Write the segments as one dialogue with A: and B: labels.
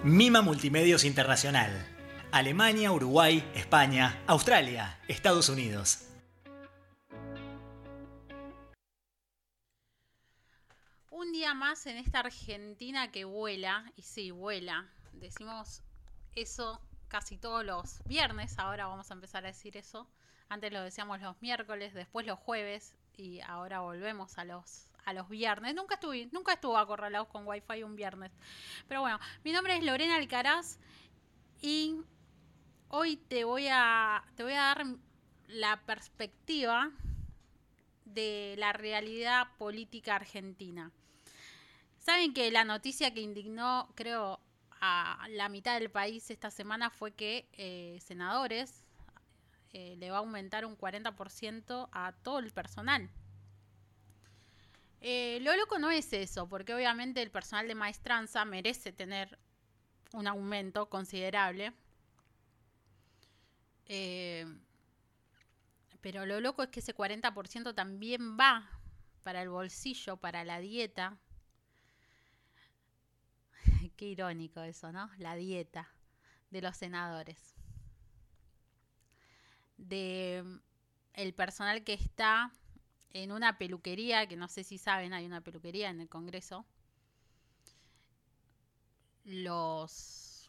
A: Mima Multimedios Internacional. Alemania, Uruguay, España, Australia, Estados Unidos.
B: Un día más en esta Argentina que vuela, y sí, vuela. Decimos eso casi todos los viernes, ahora vamos a empezar a decir eso. Antes lo decíamos los miércoles, después los jueves, y ahora volvemos a los viernes. Nunca estuve acorralados con Wi-Fi un viernes. Pero bueno, mi nombre es Lorena Alcaraz y hoy te voy a dar la perspectiva de la realidad política argentina. Saben que la noticia que indignó, creo, a la mitad del país esta semana fue que senadores le va a aumentar un 40% a todo el personal. Lo loco no es eso, porque obviamente el personal de maestranza merece tener un aumento considerable. Pero lo loco es que ese 40% también va para el bolsillo, para la dieta. Qué irónico eso, ¿no? La dieta de los senadores. De el personal que está en una peluquería, que no sé si saben, hay una peluquería en el Congreso. Los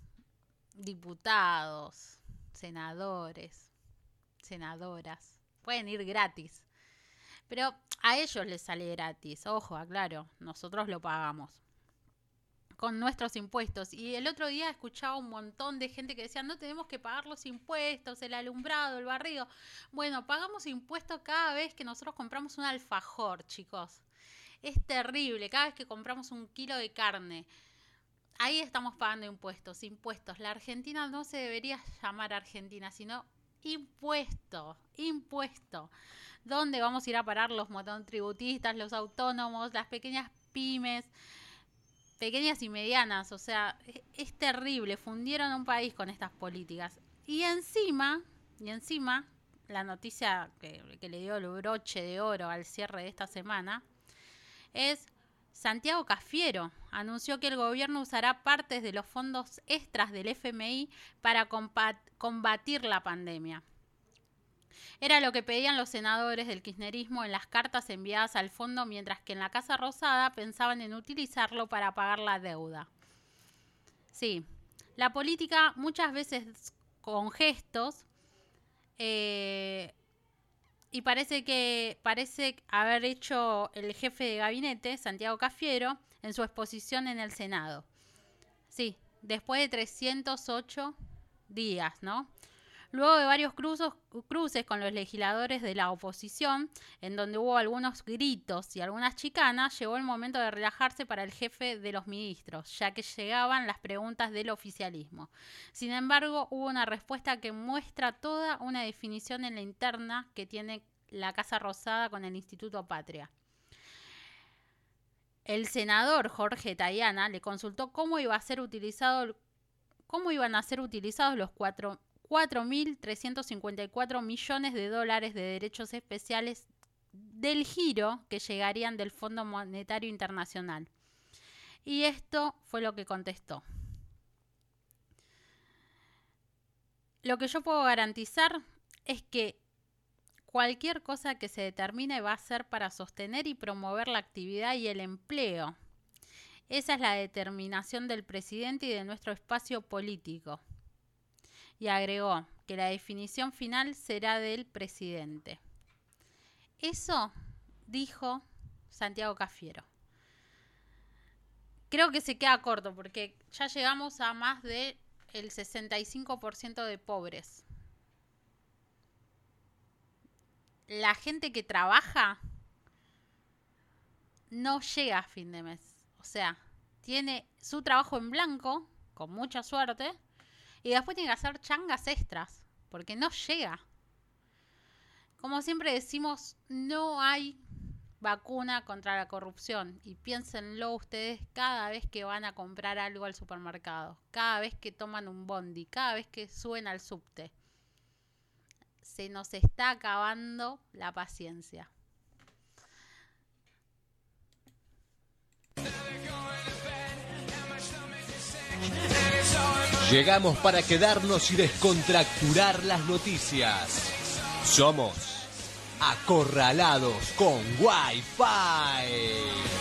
B: diputados, senadores, senadoras, pueden ir gratis. Pero a ellos les sale gratis, ojo, aclaro, nosotros lo pagamos con nuestros impuestos. Y el otro día escuchaba un montón de gente que decía, no tenemos que pagar los impuestos, el alumbrado, el barrido. Bueno, pagamos impuestos cada vez que nosotros compramos un alfajor, chicos. Es terrible, cada vez que compramos un kilo de carne. Ahí estamos pagando impuestos. La Argentina no se debería llamar Argentina, sino impuesto. ¿Dónde vamos a ir a parar los monotributistas, los autónomos, las pequeñas pymes? Pequeñas y medianas, o sea, es terrible, fundieron un país con estas políticas. Y encima, la noticia que le dio el broche de oro al cierre de esta semana, es Santiago Cafiero. Anunció que el gobierno usará partes de los fondos extras del FMI para combatir la pandemia. Era lo que pedían los senadores del kirchnerismo en las cartas enviadas al fondo, mientras que en la Casa Rosada pensaban en utilizarlo para pagar la deuda. Sí, la política muchas veces con gestos y parece haber hecho el jefe de gabinete, Santiago Cafiero, en su exposición en el Senado. Sí, después de 308 días, ¿no? Luego de varios cruces con los legisladores de la oposición, en donde hubo algunos gritos y algunas chicanas, llegó el momento de relajarse para el jefe de los ministros, ya que llegaban las preguntas del oficialismo. Sin embargo, hubo una respuesta que muestra toda una definición en la interna que tiene la Casa Rosada con el Instituto Patria. El senador Jorge Tayana le consultó cómo iban a ser utilizados los 4.354 millones de dólares de derechos especiales del giro que llegarían del Fondo Monetario Internacional. Y esto fue lo que contestó. Lo que yo puedo garantizar es que cualquier cosa que se determine va a ser para sostener y promover la actividad y el empleo. Esa es la determinación del presidente y de nuestro espacio político. Y agregó que la definición final será del presidente. Eso dijo Santiago Cafiero. Creo que se queda corto porque ya llegamos a más del 65% de pobres. La gente que trabaja no llega a fin de mes. O sea, tiene su trabajo en blanco, con mucha suerte, y después tiene que hacer changas extras, porque no llega. Como siempre decimos, no hay vacuna contra la corrupción. Y piénsenlo ustedes cada vez que van a comprar algo al supermercado, cada vez que toman un bondi, cada vez que suben al subte. Se nos está acabando la paciencia.
C: Llegamos para quedarnos y descontracturar las noticias. Somos Acorralados con Wi-Fi.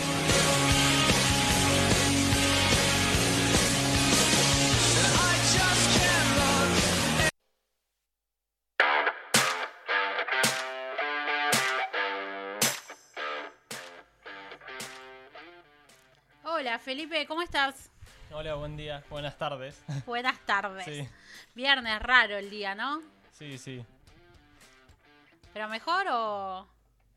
B: Hola Felipe, ¿cómo estás?
D: Hola, buen día, buenas tardes.
B: Buenas tardes.
D: Sí.
B: Viernes, raro el día, ¿no?
D: Sí, sí.
B: ¿Pero mejor o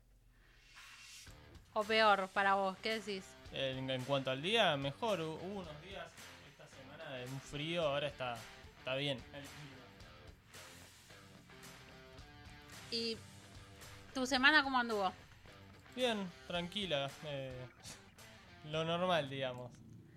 B: peor para vos? ¿Qué decís?
D: En cuanto al día, mejor. Hubo unos días esta semana de un frío, ahora está bien.
B: ¿Y tu semana cómo anduvo?
D: Bien, tranquila. Lo normal, digamos.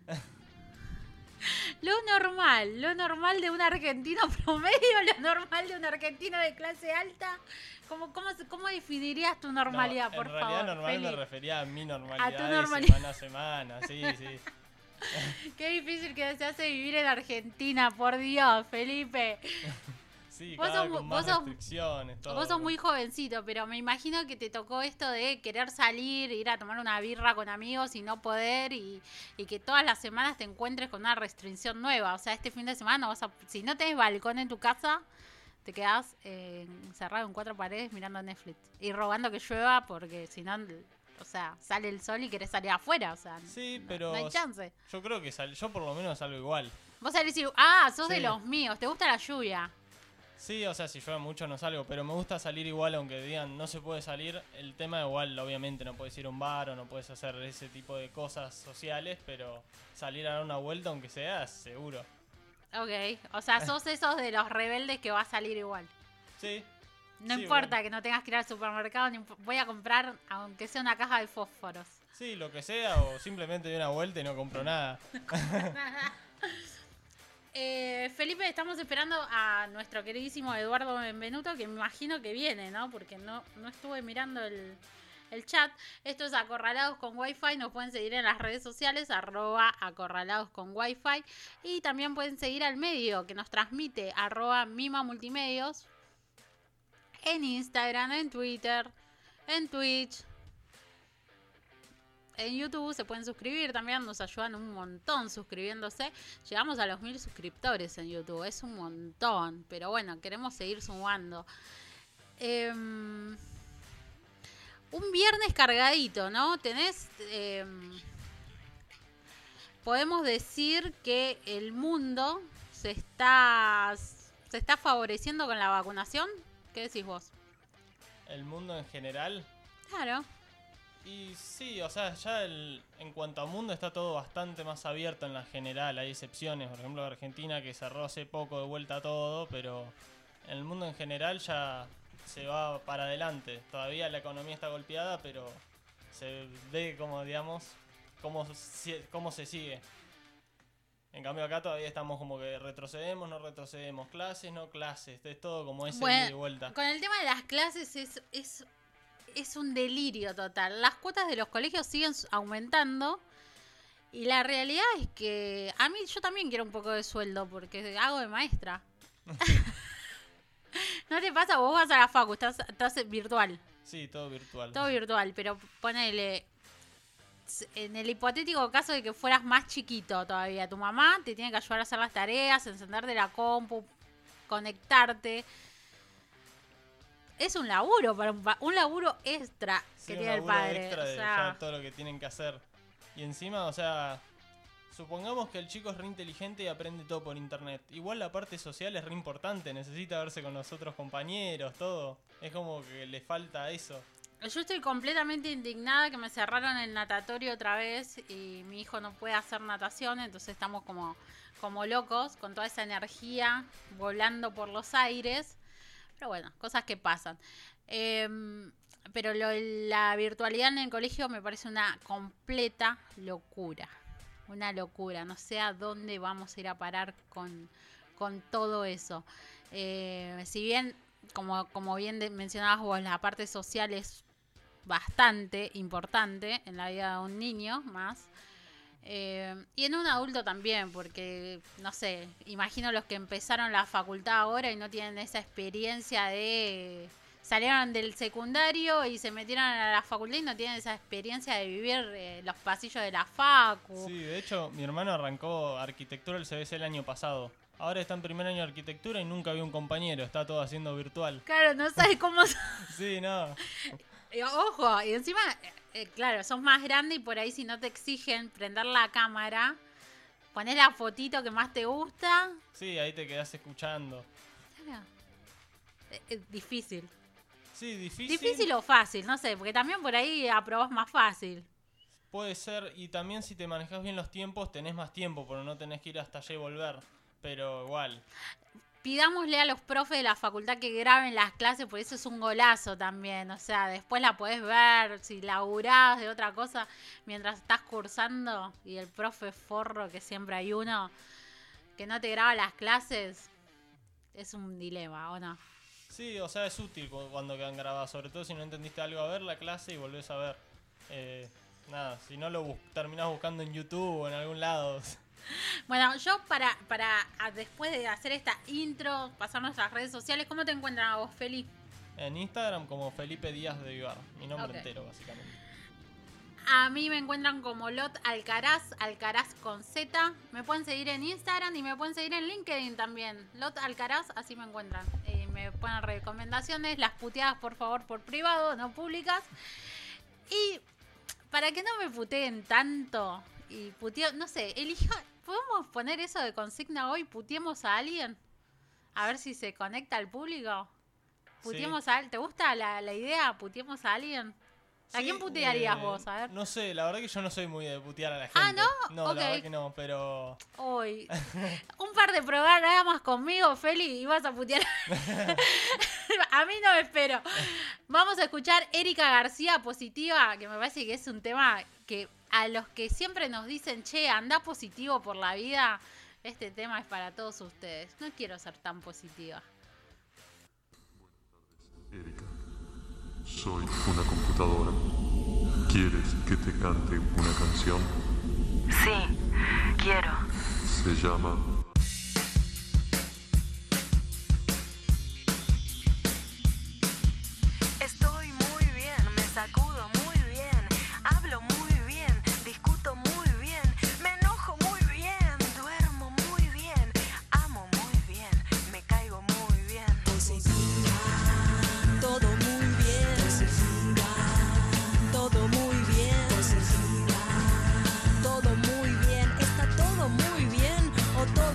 B: Lo normal de un argentino promedio, lo normal de un argentino de clase alta. ¿Cómo definirías tu normalidad,
D: no,
B: por favor?
D: En realidad normal
B: Feli?
D: me refería a mi normalidad,
B: A tu
D: de
B: normalidad.
D: semana a semana, sí, sí.
B: Qué difícil que se hace vivir en Argentina, por Dios, Felipe.
D: Sí,
B: Vos
D: cada
B: sos
D: vez con más restricciones, todo.
B: Vos sos muy jovencito, pero me imagino que te tocó esto de querer salir, ir a tomar una birra con amigos y no poder, y que todas las semanas te encuentres con una restricción nueva. O sea, este fin de semana no vas a, si no tenés balcón en tu casa, te quedás encerrado en 4 paredes mirando Netflix y rogando que llueva, porque si no, o sea, sale el sol y querés salir afuera, o sea,
D: Sí,
B: no,
D: pero
B: no hay chance.
D: yo creo que yo por lo menos salgo igual.
B: Vos salís y, sos
D: Sí.
B: de los míos, te gusta la lluvia.
D: Sí, o sea, si llueve mucho no salgo, pero me gusta salir igual, aunque digan no se puede salir. El tema igual, obviamente, no puedes ir a un bar o no puedes hacer ese tipo de cosas sociales, pero salir a dar una vuelta, aunque sea, seguro.
B: Ok, o sea, sos esos de los rebeldes que va a salir igual.
D: Sí.
B: No
D: Sí,
B: importa
D: bueno.
B: que no tengas que ir al supermercado, voy a comprar, aunque sea una caja de fósforos.
D: Sí, lo que sea, o simplemente doy una vuelta y no compro nada.
B: Felipe, estamos esperando a nuestro queridísimo Eduardo Benvenuto, que me imagino que viene, ¿no? Porque no estuve mirando el chat. Esto es Acorralados con Wi-Fi. Nos pueden seguir en las redes sociales, @acorralados con Wi-Fi. Y también pueden seguir al medio que nos transmite, @mimamultimedios. En Instagram, en Twitter, en Twitch. En YouTube se pueden suscribir también, nos ayudan un montón suscribiéndose. Llegamos a los 1000 suscriptores en YouTube, es un montón, pero bueno, queremos seguir sumando. Un viernes cargadito, ¿no? Tenés... podemos decir que el mundo se está favoreciendo con la vacunación. ¿Qué decís vos?
D: El mundo en general.
B: Claro.
D: Y sí, o sea, ya en cuanto a mundo está todo bastante más abierto en la general. Hay excepciones, por ejemplo Argentina, que cerró hace poco de vuelta todo, pero en el mundo en general ya se va para adelante. Todavía la economía está golpeada, pero se ve como, digamos, cómo se sigue. En cambio acá todavía estamos como que retrocedemos, no retrocedemos, clases, no clases, es todo como ese ida y vuelta.
B: Con el tema de las clases es un delirio total. Las cuotas de los colegios siguen aumentando y la realidad es que a mí yo también quiero un poco de sueldo porque hago de maestra. ¿No te pasa? Vos vas a la facu, estás virtual.
D: Sí, todo virtual.
B: Todo virtual, pero ponele, en el hipotético caso de que fueras más chiquito todavía, tu mamá te tiene que ayudar a hacer las tareas, encenderte la compu, conectarte. Es un laburo, un laburo extra que tiene el padre.
D: Extra de
B: o sea,
D: ya todo lo que tienen que hacer. Y encima, o sea, supongamos que el chico es re inteligente y aprende todo por internet. Igual la parte social es re importante, necesita verse con los otros compañeros, todo. Es como que le falta eso.
B: yo estoy completamente indignada que me cerraron el natatorio otra vez y mi hijo no puede hacer natación, entonces estamos como locos con toda esa energía volando por los aires. Pero bueno, cosas que pasan. Pero la virtualidad en el colegio me parece una completa locura. Una locura. No sé a dónde vamos a ir a parar con todo eso. Si bien, como bien mencionabas vos, la parte social es bastante importante en la vida de un niño más. Y en un adulto también, porque, no sé, imagino los que empezaron la facultad ahora y no tienen esa experiencia de... Salieron del secundario y se metieron a la facultad y no tienen esa experiencia de vivir los pasillos de la facu.
D: Sí, de hecho, mi hermano arrancó arquitectura del CBC el año pasado. Ahora está en primer año de arquitectura y nunca vio un compañero, está todo haciendo virtual.
B: Claro, no sabes cómo...
D: Sí, no.
B: Ojo, y encima, claro, sos más grande y por ahí si no te exigen prender la cámara, ponés la fotito que más te gusta.
D: Sí, ahí te quedás escuchando.
B: Claro. Es difícil.
D: Sí, difícil.
B: Difícil o fácil, no sé, porque también por ahí aprobás más fácil.
D: Puede ser, y también si te manejas bien los tiempos, tenés más tiempo, porque no tenés que ir hasta allá y volver. Pero igual.
B: Pidámosle a los profes de la facultad que graben las clases, porque eso es un golazo también. O sea, después la podés ver, si laburás de otra cosa, mientras estás cursando, y el profe forro, que siempre hay uno, que no te graba las clases, es un dilema, ¿o no?
D: Sí, o sea, es útil cuando quedan grabadas, sobre todo si no entendiste algo, a ver la clase y volvés a ver. Nada, si no lo terminás buscando en YouTube o en algún lado.
B: Bueno, yo para después de hacer esta intro, pasar nuestras redes sociales, ¿cómo te encuentran a vos, Feli?
D: En Instagram como Felipe Díaz de Vivar, mi nombre
B: Ok.
D: entero básicamente.
B: A mí me encuentran como Lot Alcaraz, Alcaraz con Z. Me pueden seguir en Instagram y me pueden seguir en LinkedIn también. Lot Alcaraz, así me encuentran. Me ponen recomendaciones, las puteadas por favor por privado, no públicas. Y para que no me puteen tanto y puteo, no sé, ¿podemos poner eso de consigna hoy? ¿Puteemos a alguien? A ver si se conecta al público. Puteemos a alguien. ¿Te gusta la idea? ¿Puteemos a alguien? ¿A quién putearías vos? A ver.
D: No sé, la verdad que yo no soy muy de putear a la gente.
B: Ah, ¿no?
D: No,
B: Ok.
D: la verdad que no, pero...
B: Hoy. Un par de programas conmigo, Feli, y vas a putear. A mí no me espero. Vamos a escuchar Erika García, Positiva, que me parece que es un tema que a los que siempre nos dicen, che, anda positivo por la vida, este tema es para todos ustedes. No quiero ser tan positiva.
E: Erika, soy una computadora. ¿Quieres que te cante una canción?
F: Sí, quiero.
E: Se llama
F: Estoy muy bien, me sacudo muy bien, hablo muy bien, discuto muy bien, me enojo muy bien, duermo muy bien, amo muy bien, me caigo muy bien.
G: Todo muy bien, todo muy bien, todo muy bien, está todo muy bien o todo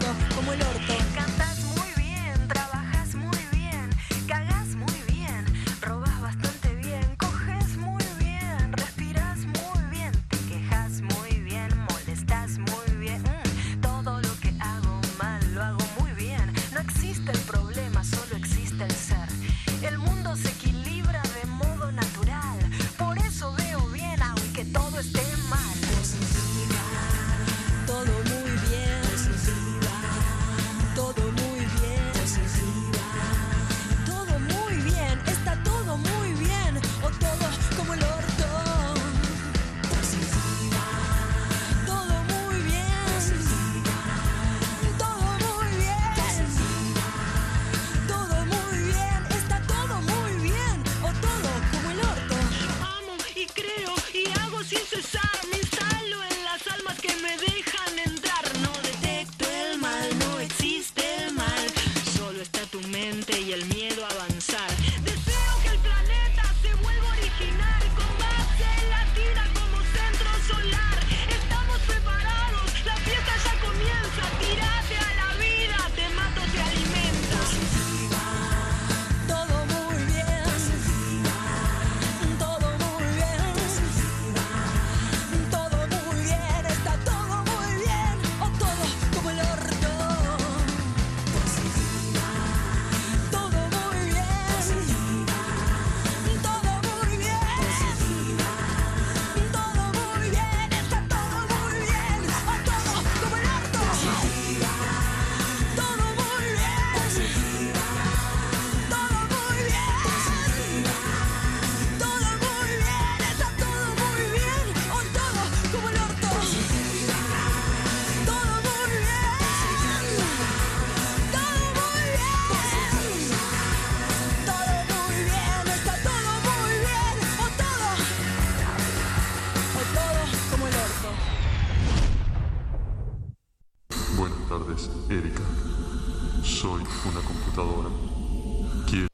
E: una computadora. ¿Quieres?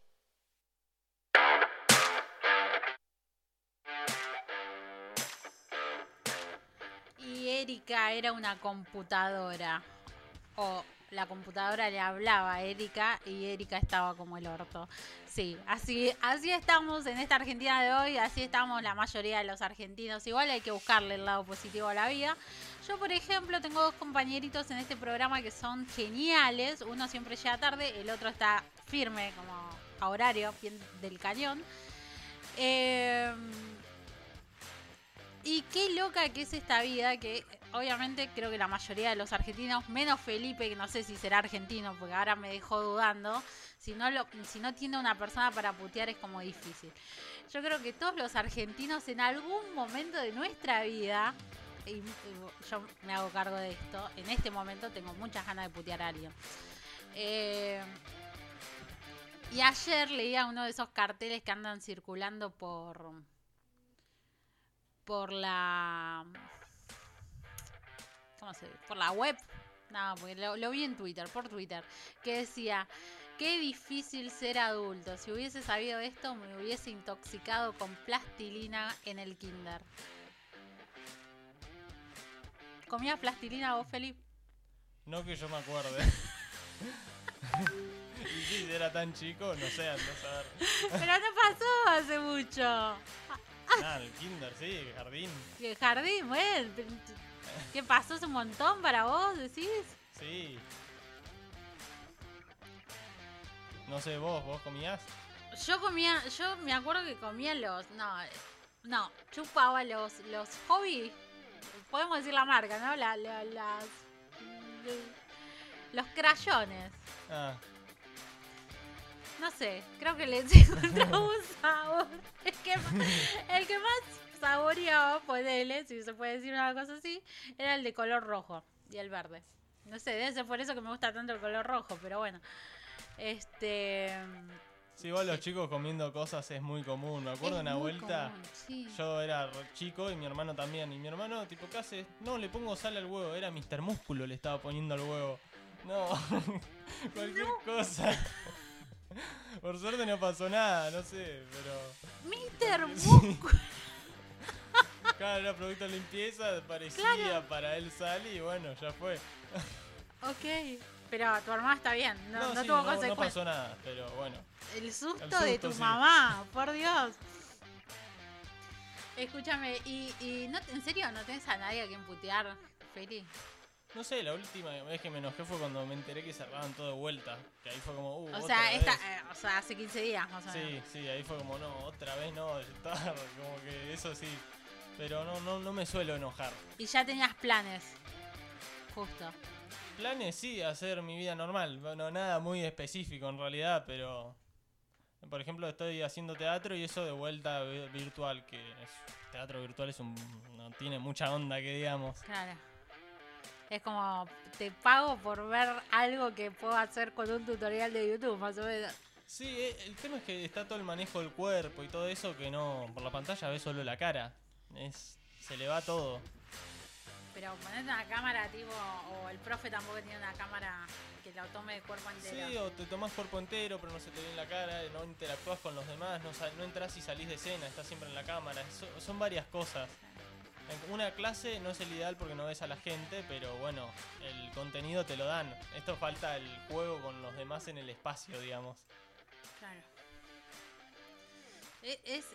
B: Y Erika era una computadora. O la computadora le hablaba a Erika y Erika estaba como el orto. Sí, así estamos en esta Argentina de hoy, así estamos la mayoría de los argentinos. Igual hay que buscarle el lado positivo a la vida. Yo, por ejemplo, tengo dos compañeritos en este programa que son geniales. Uno siempre llega tarde, el otro está firme, como a horario, bien del cañón. Y qué loca que es esta vida, que obviamente creo que la mayoría de los argentinos, menos Felipe, que no sé si será argentino, porque ahora me dejó dudando, si no tiene una persona para putear es como difícil. Yo creo que todos los argentinos en algún momento de nuestra vida, y yo me hago cargo de esto, en este momento tengo muchas ganas de putear a alguien. Y ayer leía uno de esos carteles que andan circulando por la... ¿Cómo se ve? Por la web. No, porque lo vi en Twitter, por Twitter. Que decía, qué difícil ser adulto. Si hubiese sabido esto, me hubiese intoxicado con plastilina en el kinder. ¿Comías plastilina vos, Felipe?
D: No que yo me acuerde. Y si era tan chico, no sé, andá a saber.
B: Pero no pasó hace mucho.
D: El kinder, sí, el jardín.
B: El jardín, bueno. ¿Qué pasó? ¿Es un montón para vos, decís?
D: Sí. No sé, vos comías.
B: Yo me acuerdo que comía no, chupaba los hobby. Podemos decir la marca, ¿no? Los crayones.
D: Ah,
B: No sé, creo que les encontraba un sabor. El que más saboreaba, ponele, si se puede decir una cosa así, era el de color rojo y el verde. No sé, debe ser por eso que me gusta tanto el color rojo, pero bueno.
D: sí, igual los chicos comiendo cosas es muy común. Me acuerdo una vuelta,
B: sí.
D: yo era chico y mi hermano también. Y mi hermano, tipo, ¿qué hace? No, le pongo sal al huevo. Era Mr. Músculo, le estaba poniendo al huevo. No, cualquier cosa. Por suerte no pasó nada, no sé, pero...
B: Mr. Músculo.
D: Claro, era producto de limpieza, parecía
B: Claro.
D: para él sal y bueno, ya fue.
B: Ok, pero tu hermana está bien, no
D: sí,
B: tuvo
D: no
B: consecuencias.
D: pasó nada, pero bueno.
B: El susto,
D: El
B: de
D: susto,
B: tu
D: sí.
B: mamá, por Dios. Escúchame, y no, ¿en serio no tenés a nadie a quien putear, Feli?
D: No sé, la última vez que me enojé fue cuando me enteré que cerraban todo de vuelta. Que ahí fue como,
B: O
D: otra
B: sea,
D: vez.
B: hace 15 días más o menos.
D: Sí, ahí fue como, no, otra vez no, está, como que eso sí. Pero no me suelo enojar.
B: Y ya tenías planes, justo.
D: Planes sí, hacer mi vida normal. Bueno, nada muy específico en realidad, pero... Por ejemplo, estoy haciendo teatro y eso de vuelta virtual, teatro virtual no tiene mucha onda, que digamos.
B: Claro. Es como, te pago por ver algo que puedo hacer con un tutorial de YouTube, más o menos.
D: Sí, el tema es que está todo el manejo del cuerpo y todo eso que no, por la pantalla ves solo la cara. Se le va todo.
B: Pero ponete una cámara tipo, o el profe tampoco tiene una cámara que lo tome de cuerpo entero.
D: Sí, o te tomás cuerpo entero pero no se te ve en la cara, no interactúas con los demás, no entras y salís de escena, estás siempre en la cámara. Son varias cosas. Una clase no es el ideal porque no ves a la gente, pero bueno, el contenido te lo dan. Esto falta el juego con los demás en el espacio, digamos.
B: Claro. Es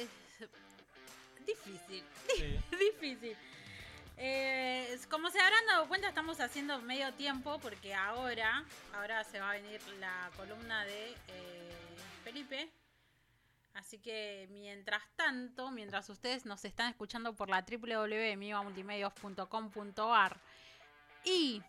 B: difícil.
D: Sí.
B: Difícil. Como se habrán dado cuenta, estamos haciendo medio tiempo porque ahora se va a venir la columna de Felipe. Así que mientras ustedes nos están escuchando por la www.mivamultimedios.com.ar y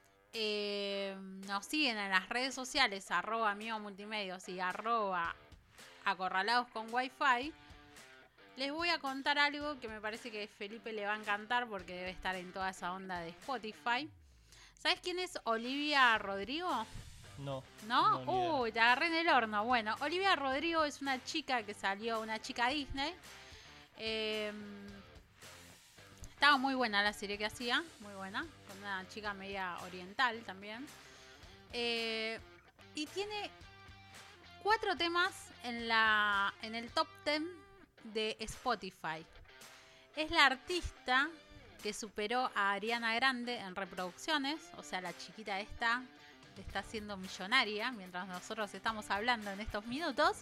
B: nos siguen en las redes sociales @mivamultimedios y @acorralados con Wi-Fi, les voy a contar algo que me parece que a Felipe le va a encantar porque debe estar en toda esa onda de Spotify. ¿Sabes quién es Olivia Rodrigo?
D: No.
B: ¿No?
D: Ni idea.
B: Uy, te agarré en el horno. Bueno, Olivia Rodrigo es una chica que salió, una chica Disney. Estaba muy buena la serie que hacía, muy buena, con una chica media oriental también. y tiene 4 temas en el top 10 de Spotify. Es la artista que superó a Ariana Grande en reproducciones, o sea, la chiquita esta está siendo millonaria mientras nosotros estamos hablando en estos minutos.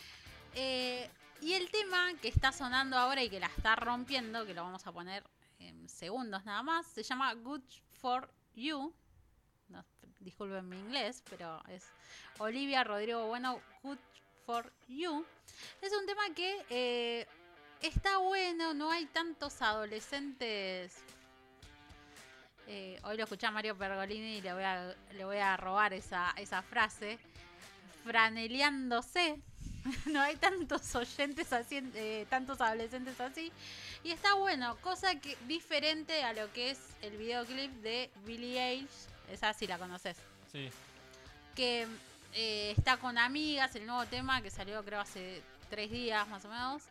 B: Y el tema que está sonando ahora y que la está rompiendo, que lo vamos a poner en segundos nada más, se llama Good For You. No, disculpen mi inglés, pero es Olivia Rodrigo Bueno, Good For You. Es un tema que está bueno, no hay tantos adolescentes. Hoy lo escuché a Mario Pergolini y le voy a robar esa frase. Franeleándose. No hay tantos oyentes así, tantos adolescentes así. Y está bueno, cosa que diferente a lo que es el videoclip de Billie Eilish. Esa sí la conoces.
D: Sí.
B: Que está con amigas, el nuevo tema que salió creo hace 3 días más o menos.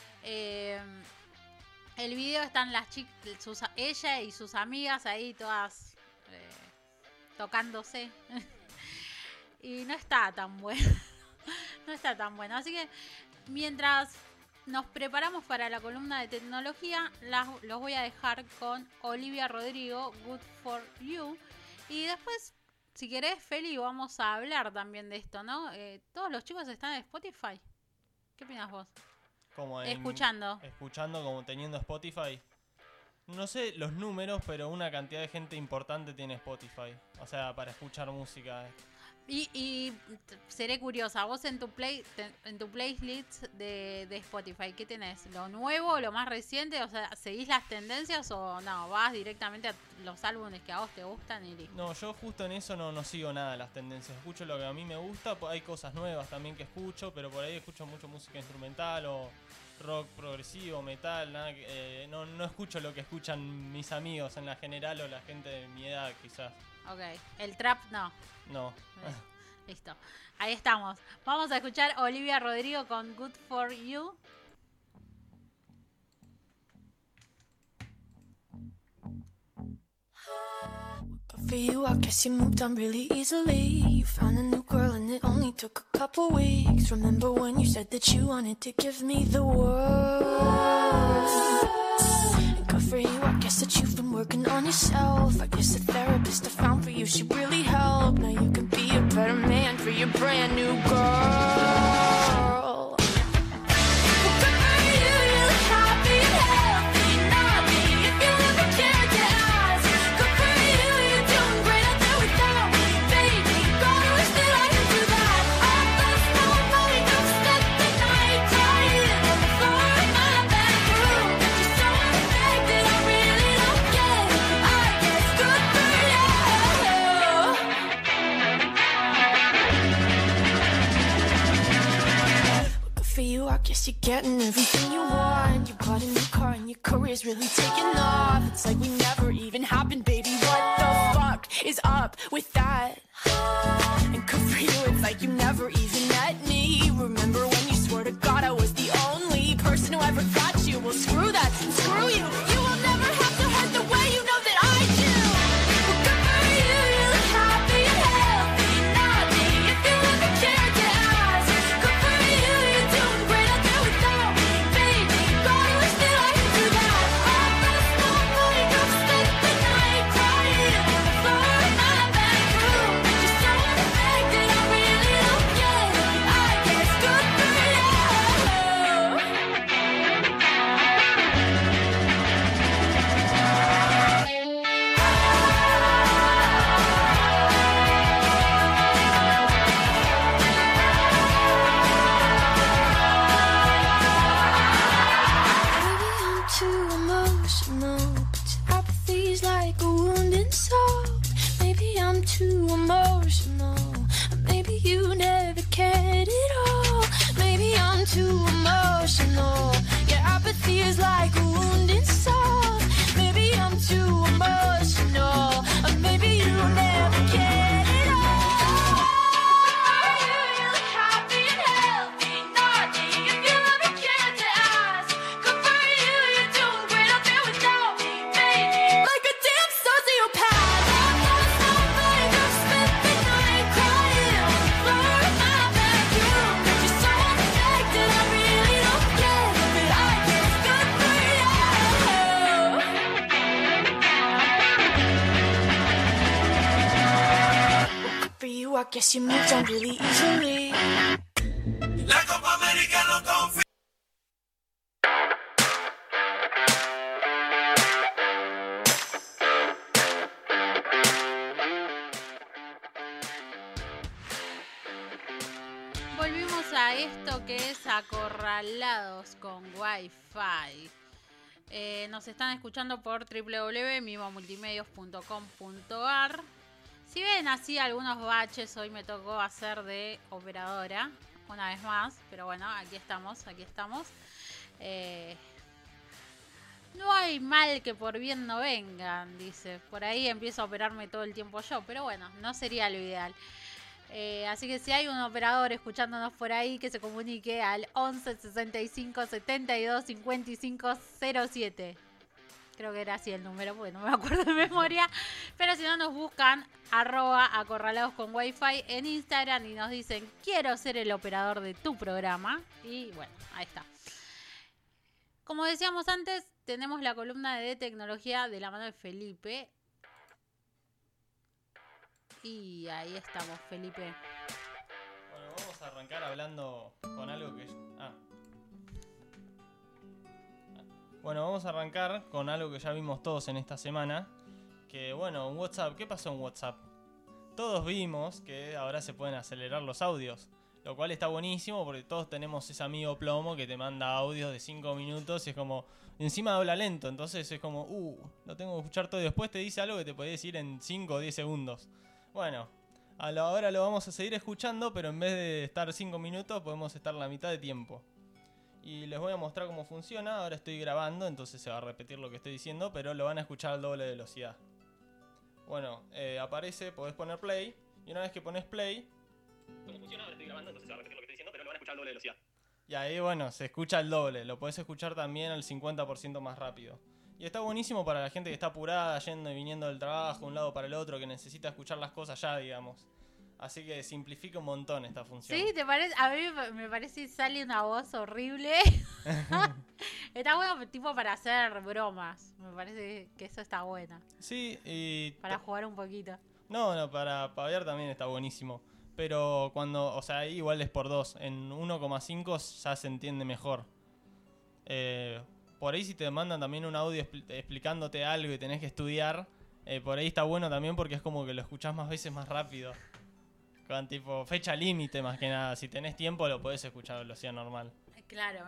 B: El video están las chicas, ella y sus amigas ahí todas tocándose. Y no está tan bueno. No está tan bueno. Así que mientras nos preparamos para la columna de tecnología, los voy a dejar con Olivia Rodrigo, Good For You. Y después, si querés, Feli, vamos a hablar también de esto, ¿no? Todos los chicos están en Spotify. ¿Qué opinas vos?
D: Como
B: Escuchando,
D: como teniendo Spotify. No sé los números, pero una cantidad de gente importante tiene Spotify. O sea, para escuchar música.
B: Y seré curiosa, vos en tu playlist de Spotify, ¿qué tenés? ¿Lo nuevo, lo más reciente? O sea, ¿seguís las tendencias o no? ¿Vas directamente a los álbumes que a vos te gustan y listo?
D: No, yo justo en eso no sigo nada de las tendencias. Escucho lo que a mí me gusta. Hay cosas nuevas también que escucho, pero por ahí escucho mucho música instrumental o rock progresivo, metal. Nada, no escucho lo que escuchan mis amigos en la general o la gente de mi edad quizás.
B: Ok, el trap no.
D: No.
B: Listo, ahí estamos. Vamos a escuchar a Olivia Rodrigo con Good For You.
G: Good for you, I guess you moved on really easily. You found a new girl and it only took a couple weeks. Remember when you said that you wanted to give me the world? Good for you, I guess that you've been working on yourself. I guess the therapist I found for you should really help. Now you can be a better man for your brand new girl. Good for you, you look happy and healthy. Naughty if you ever cared to ask. Good for you, you're doing great out there without me, baby. God, I wish that I could do that. All last night, I've spent the night crying on the floor in my bedroom. You're so unaffected, I really don't get it. I guess good for you. Good for you, I guess you're getting everything you want. You bought a new car and your career's really taking off. It's like we never even happened, baby. What the fuck is up with that? And good for you, it's like you never even met me. Remember when you swore to God I was the only person who ever got you? Well, screw that, screw you. You will never have to hurt the way you know that I do. Well, good for you, you look happy and healthy. Naughty if you ever cared to ask. Good for you, you're doing great out there without me, baby. God, I wish that I could do that. All last night, I've spent the night crying on the floor in my bedroom. You're so unaffected, I really don't get it. I guess good for you. Guess you moved on really easily.
H: La Copa América no confía.
B: Volvimos a esto que es Acorralados con Wi-Fi. Nos están escuchando por www.mimomultimedios.com.ar. Si ven así algunos baches, hoy me tocó hacer de operadora una vez más, pero bueno, aquí estamos. No hay mal que por bien no vengan, dice. Por ahí empiezo a operarme todo el tiempo yo, pero bueno, no sería lo ideal. Así que si hay un operador escuchándonos por ahí, que se comunique al 11 65 72 55 07. Creo que era así el número, porque no me acuerdo de memoria. Pero si no, nos buscan @acorralados con Wi-Fi en Instagram y nos dicen: quiero ser el operador de tu programa. Y bueno, ahí está. Como decíamos antes, tenemos la columna de tecnología de la mano de Felipe. Y ahí estamos, Felipe.
D: Bueno, vamos a arrancar hablando con algo que... Bueno, vamos a arrancar con algo que ya vimos todos en esta semana. Que bueno, en WhatsApp, ¿qué pasó en WhatsApp? Todos vimos que ahora se pueden acelerar los audios. Lo cual está buenísimo porque todos tenemos ese amigo plomo que te manda audios de 5 minutos y es como... Encima habla lento, entonces es como... lo tengo que escuchar todo y después te dice algo que te puede decir en 5 o 10 segundos. Bueno, ahora lo vamos a seguir escuchando, pero en vez de estar 5 minutos podemos estar la mitad de tiempo. Y les voy a mostrar cómo funciona. Ahora estoy grabando, entonces se va a repetir lo que estoy diciendo, pero lo van a escuchar al doble de velocidad. Bueno, aparece, podés poner play, y una vez que pones play... ¿Cómo funciona? Ahora estoy grabando, entonces se va a repetir lo que estoy diciendo, pero lo van a escuchar al doble de velocidad. Y ahí, bueno, se escucha el doble. Lo podés escuchar también al 50% más rápido. Y está buenísimo para la gente que está apurada, yendo y viniendo del trabajo, de un lado para el otro, que necesita escuchar las cosas ya, digamos. Así que simplifica un montón esta función.
B: ¿Sí? ¿Te parece? A mí me parece que sale una voz horrible. Está bueno tipo para hacer bromas. Me parece que eso está bueno.
D: Sí, y...
B: Para jugar un poquito.
D: No, para paviar también está buenísimo. Pero cuando, o sea, ahí igual es por 2. En 1,5 ya se entiende mejor. Por ahí si te mandan también un audio explicándote algo y tenés que estudiar, por ahí está bueno también porque es como que lo escuchás más veces más rápido. Con tipo fecha límite más que nada. Si tenés tiempo lo podés escuchar a velocidad normal.
B: Claro,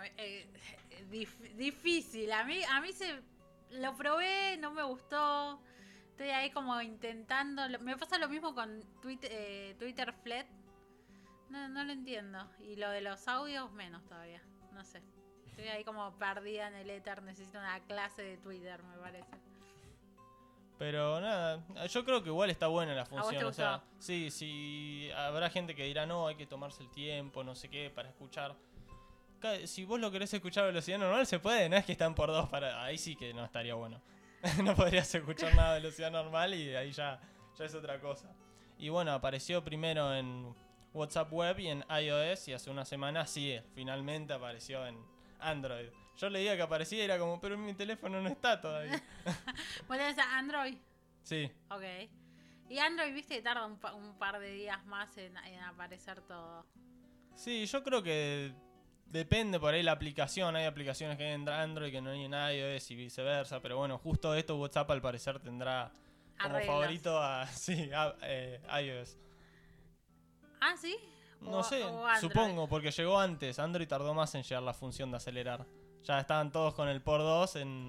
B: difícil. A mí lo probé, no me gustó. Estoy ahí como intentando. Me pasa lo mismo con Twitter Flat. No lo entiendo. Y lo de los audios menos todavía. No sé. Estoy ahí como perdida en el éter. Necesito una clase de Twitter, me parece.
D: Pero nada, yo creo que igual está buena la función.
B: ¿A vos te
D: o sea,
B: gustó?
D: sí, habrá gente que dirá no, hay que tomarse el tiempo, no sé qué, para escuchar. Si vos lo querés escuchar a velocidad normal, se puede, no es que están por 2 ahí sí que no estaría bueno. No podrías escuchar nada a velocidad normal y ahí ya es otra cosa. Y bueno, apareció primero en WhatsApp Web y en iOS y hace una semana sí, finalmente apareció en Android. Yo leía que aparecía y era como, pero en mi teléfono no está todavía.
B: ¿Vos tenés Android?
D: Sí.
B: Ok. Y Android, viste que tarda un par de días más en aparecer todo.
D: Sí, yo creo que depende por ahí la aplicación. Hay aplicaciones que hay en Android que no hay en iOS y viceversa. Pero bueno, justo esto WhatsApp al parecer tendrá como
B: Arreglos.
D: favorito a iOS.
B: ¿Ah, sí?
D: No sé,
B: o Android.
D: supongo, porque llegó antes. Android tardó más en llegar la función de acelerar. Ya estaban todos con el por 2 en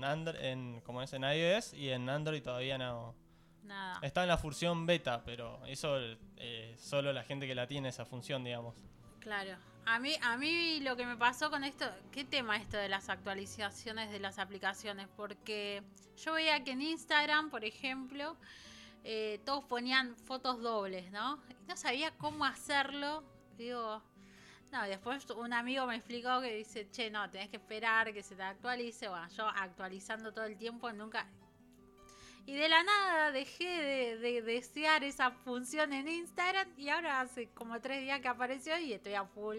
D: iOS y en Android todavía no.
B: Nada.
D: Está en la función beta, pero eso solo la gente que la tiene esa función, digamos.
B: Claro. A mí lo que me pasó con esto, ¿qué tema esto de las actualizaciones de las aplicaciones? Porque yo veía que en Instagram, por ejemplo, todos ponían fotos dobles, ¿no? Y no sabía cómo hacerlo. Digo, no, después un amigo me explicó que dice, che, no, tenés que esperar que se te actualice. Bueno, yo actualizando todo el tiempo nunca... Y de la nada dejé de desear esa función en Instagram y ahora hace como 3 días que apareció y estoy a full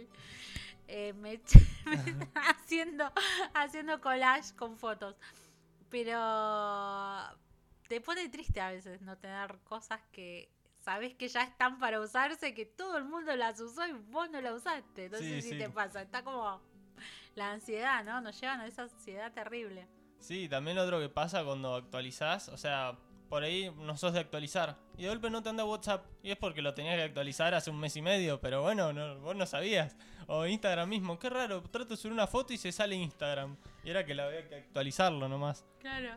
B: haciendo collage con fotos. Pero te pone triste a veces no tener cosas que sabés que ya están para usarse, que todo el mundo las usó y vos no la usaste. No sé si te pasa, está como la ansiedad, ¿no? Nos llevan a esa ansiedad terrible.
D: Sí, también lo otro que pasa cuando actualizás, o sea, por ahí no sos de actualizar y de golpe no te anda WhatsApp y es porque lo tenías que actualizar hace un mes y medio, pero bueno, vos no sabías. O Instagram mismo, qué raro, trato de subir una foto y se sale Instagram y era que la había que actualizarlo nomás.
B: Claro,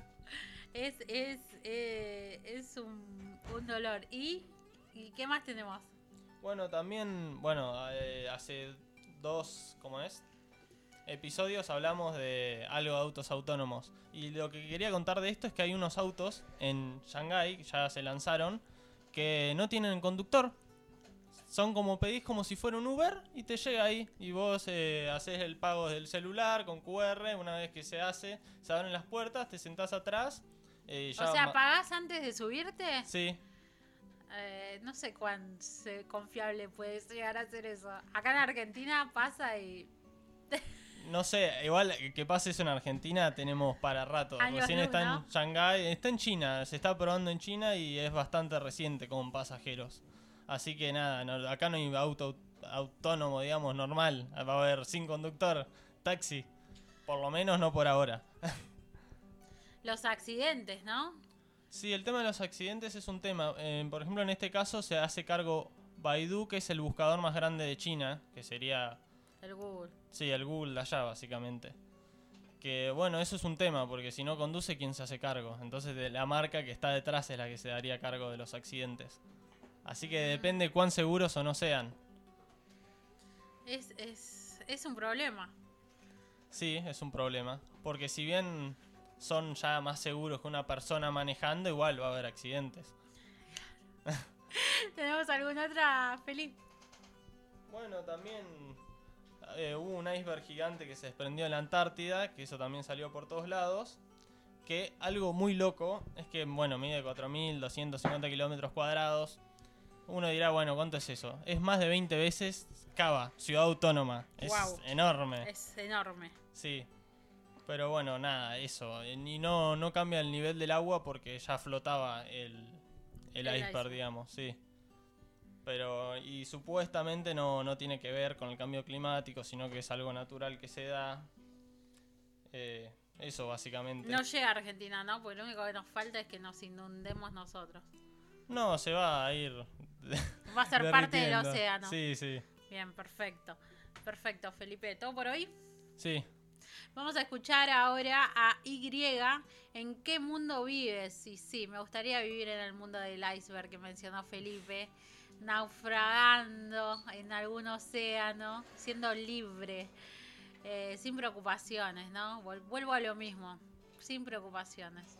B: es un dolor. ¿Y qué más tenemos?
D: Bueno, también, hace 2, ¿cómo es? Episodios hablamos de algo de autos autónomos. Y lo que quería contar de esto es que hay unos autos en Shanghái, que ya se lanzaron, que no tienen conductor. Son como pedís como si fuera un Uber y te llega ahí. Y vos haces el pago del celular con QR. Una vez que se hace, se abren las puertas, te sentás atrás.
B: O sea, ¿pagás antes de subirte?
D: Sí.
B: No sé cuán confiable puede llegar a ser eso. Acá en Argentina pasa y...
D: No sé, igual que pase eso en Argentina tenemos para rato.
B: Años
D: Recién
B: luz,
D: está
B: ¿no?
D: en Shanghái, está en China, se está probando en China y es bastante reciente con pasajeros. Así que nada, acá no hay auto autónomo, digamos, normal. Va a haber sin conductor, taxi. Por lo menos no por ahora.
B: Los accidentes, ¿no?
D: Sí, el tema de los accidentes es un tema. Por ejemplo, en este caso se hace cargo Baidu, que es el buscador más grande de China, que sería...
B: El Google.
D: Sí, el Google de allá, básicamente. Que bueno, eso es un tema, porque si no conduce, ¿quién se hace cargo? Entonces la marca que está detrás es la que se daría cargo de los accidentes. Así que depende cuán seguros o no sean.
B: Es un problema.
D: Sí, es un problema. Porque si bien son ya más seguros que una persona manejando, igual va a haber accidentes.
B: ¿Tenemos alguna otra, Felipe?
D: Bueno, también hubo un iceberg gigante que se desprendió en la Antártida, que eso también salió por todos lados. Que algo muy loco es que, bueno, mide 4.250 kilómetros cuadrados. Uno dirá, bueno, ¿cuánto es eso? Es más de 20 veces Cava, ciudad autónoma. Es enorme.
B: Es enorme.
D: Sí. Pero bueno, nada, eso. Y no cambia el nivel del agua porque ya flotaba el iceberg, digamos, sí. Pero, y supuestamente no tiene que ver con el cambio climático, sino que es algo natural que se da. Eso, básicamente.
B: No llega a Argentina, ¿no? Porque lo único que nos falta es que nos inundemos nosotros.
D: No, se va a ir.
B: Va a ser parte del océano.
D: Sí, sí.
B: Bien, perfecto. Perfecto, Felipe. ¿Todo por hoy?
D: Sí.
B: Vamos a escuchar ahora a Y. ¿En qué mundo vives? Y sí, me gustaría vivir en el mundo del iceberg que mencionó Felipe. Naufragando en algún océano, siendo libre, sin preocupaciones, ¿no? Vuelvo a lo mismo, sin preocupaciones.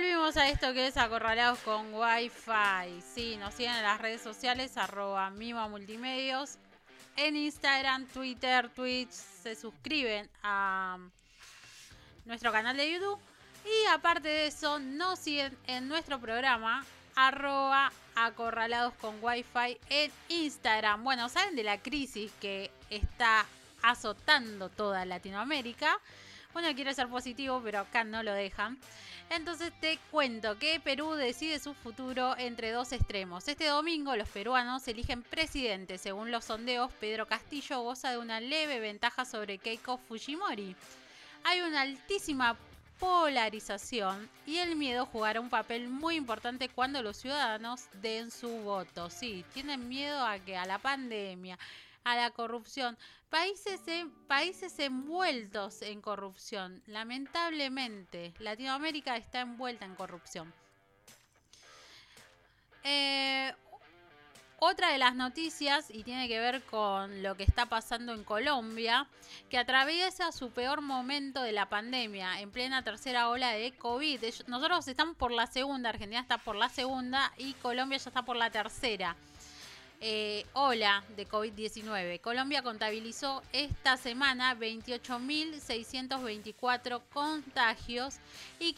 B: volvimos a esto que es Acorralados con Wi-Fi. Sí, nos siguen en las redes sociales, @mimamultimedios. En Instagram, Twitter, Twitch, se suscriben a nuestro canal de YouTube. Y aparte de eso, nos siguen en nuestro programa, @acorralados con Wi-Fi en Instagram. Bueno, ¿saben de la crisis que está azotando toda Latinoamérica? Bueno, quiero ser positivo, pero acá no lo dejan. Entonces te cuento que Perú decide su futuro entre dos extremos. Este domingo los peruanos eligen presidente. Según los sondeos, Pedro Castillo goza de una leve ventaja sobre Keiko Fujimori. Hay una altísima polarización y el miedo jugará un papel muy importante cuando los ciudadanos den su voto. Sí, tienen miedo a la pandemia, a la corrupción. Países envueltos en corrupción. Lamentablemente, Latinoamérica está envuelta en corrupción. Otra de las noticias, y tiene que ver con lo que está pasando en Colombia, que atraviesa su peor momento de la pandemia, en plena tercera ola de COVID. Nosotros estamos por la segunda, Argentina está por la segunda y Colombia ya está por la tercera ola de COVID-19. Colombia contabilizó esta semana 28.624 contagios y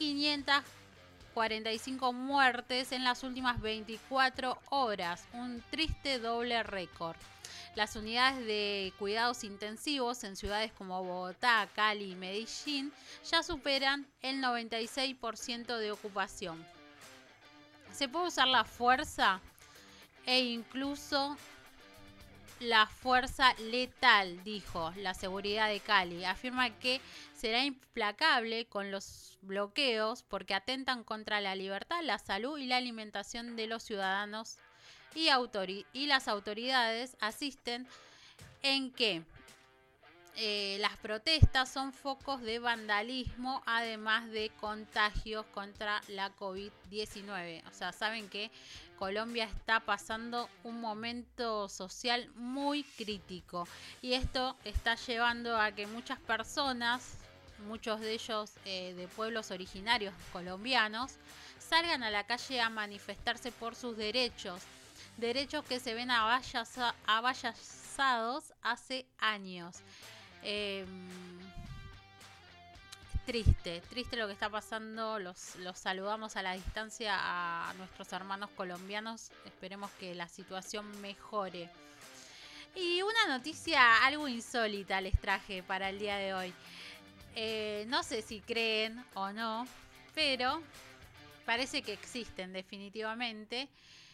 B: 545 muertes en las últimas 24 horas, un triste doble récord. Las unidades de cuidados intensivos en ciudades como Bogotá, Cali y Medellín ya superan el 96% de ocupación. ¿Se puede usar la fuerza? E incluso la fuerza letal, dijo la seguridad de Cali. Afirma que será implacable con los bloqueos porque atentan contra la libertad, la salud y la alimentación de los ciudadanos y las autoridades asisten en que las protestas son focos de vandalismo, además de contagios contra la COVID-19. O sea, saben que Colombia está pasando un momento social muy crítico y esto está llevando a que muchas personas, muchos de ellos de pueblos originarios colombianos, salgan a la calle a manifestarse por sus derechos que se ven avallazados hace años. Triste lo que está pasando. Los saludamos a la distancia a nuestros hermanos colombianos. Esperemos que la situación mejore. Y una noticia algo insólita les traje para el día de hoy. No sé si creen o no, pero parece que existen definitivamente.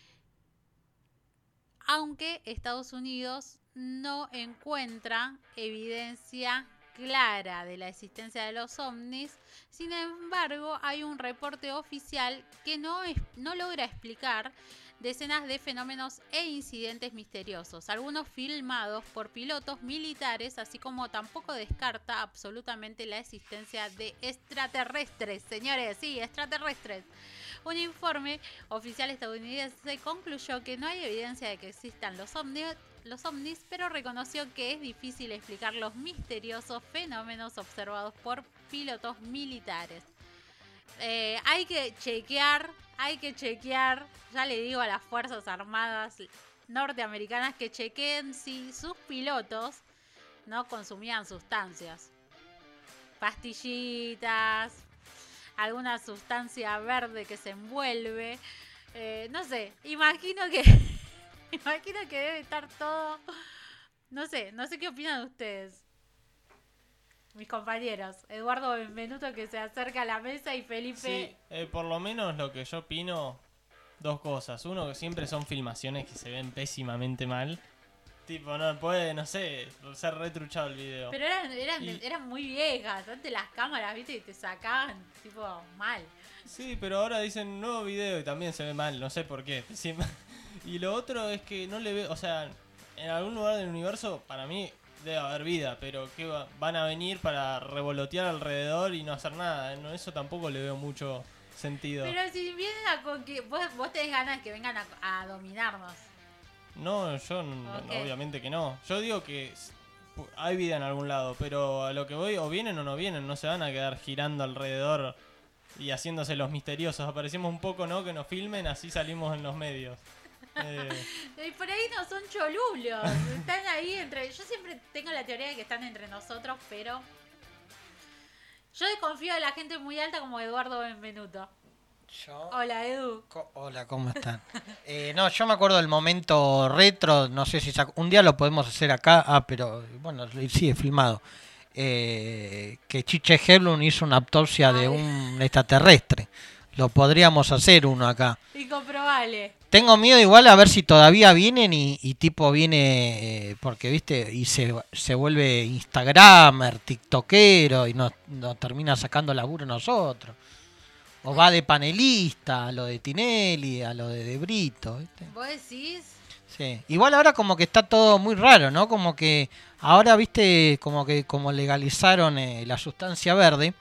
B: Aunque Estados Unidos no encuentra evidencia clara de la existencia de los ovnis. Sin embargo, hay un reporte oficial que no logra explicar decenas de fenómenos e incidentes misteriosos, algunos filmados por pilotos militares, así como tampoco descarta absolutamente la existencia de extraterrestres. Señores, sí, extraterrestres. Un informe oficial estadounidense concluyó que no hay evidencia de que existan los ovnis, pero reconoció que es difícil explicar los misteriosos fenómenos observados por pilotos militares. Hay que chequear, ya le digo a las Fuerzas Armadas norteamericanas que chequeen si sus pilotos no consumían sustancias, pastillitas, alguna sustancia verde que se envuelve, no sé, imagino que debe estar todo, no sé qué opinan ustedes, mis compañeros. Eduardo Benvenuto, que se acerca a la mesa, y Felipe.
D: Sí, por lo menos lo que yo opino, dos cosas. Uno, que siempre son filmaciones que se ven pésimamente mal. Tipo, no puede, no sé, ser retruchado el video.
B: Pero eran muy viejas. Antes las cámaras, viste, y te sacaban, tipo, mal.
D: Sí, pero ahora dicen nuevo video y también se ve mal, no sé por qué. Y lo otro es que no le veo, o sea, en algún lugar del universo, para mí debe haber vida, pero que van a venir para revolotear alrededor y no hacer nada. No, eso tampoco le veo mucho sentido.
B: Pero si vienen a vos tenés ganas de que vengan a dominarnos.
D: No, yo obviamente que no. Yo digo que hay vida en algún lado, pero a lo que voy, o vienen o no vienen, no se van a quedar girando alrededor y haciéndose los misteriosos. Aparecemos un poco, ¿no? Que nos filmen, así salimos en los medios.
B: Y por ahí no son cholulos. Están ahí entre... Yo siempre tengo la teoría de que están entre nosotros, pero... Yo desconfío de la gente muy alta como Eduardo Benvenuto.
I: Yo.
B: Hola, Edu.
I: Hola, ¿cómo están? No, yo me acuerdo del momento retro, no sé si un día lo podemos hacer acá, pero bueno, sí, es filmado. Que Chiche Helblum hizo una autopsia de un extraterrestre. Lo podríamos hacer uno acá.
B: Incomprobable.
I: Tengo miedo igual a ver si todavía vienen y tipo viene, porque viste, y se vuelve instagramer, tiktokero y nos termina sacando laburo nosotros. O va de panelista, a lo de Tinelli, a lo de Brito, ¿viste?
B: ¿Vos decís?
I: Sí. Igual ahora como que está todo muy raro, ¿no? Como que ahora, viste, como legalizaron la sustancia verde.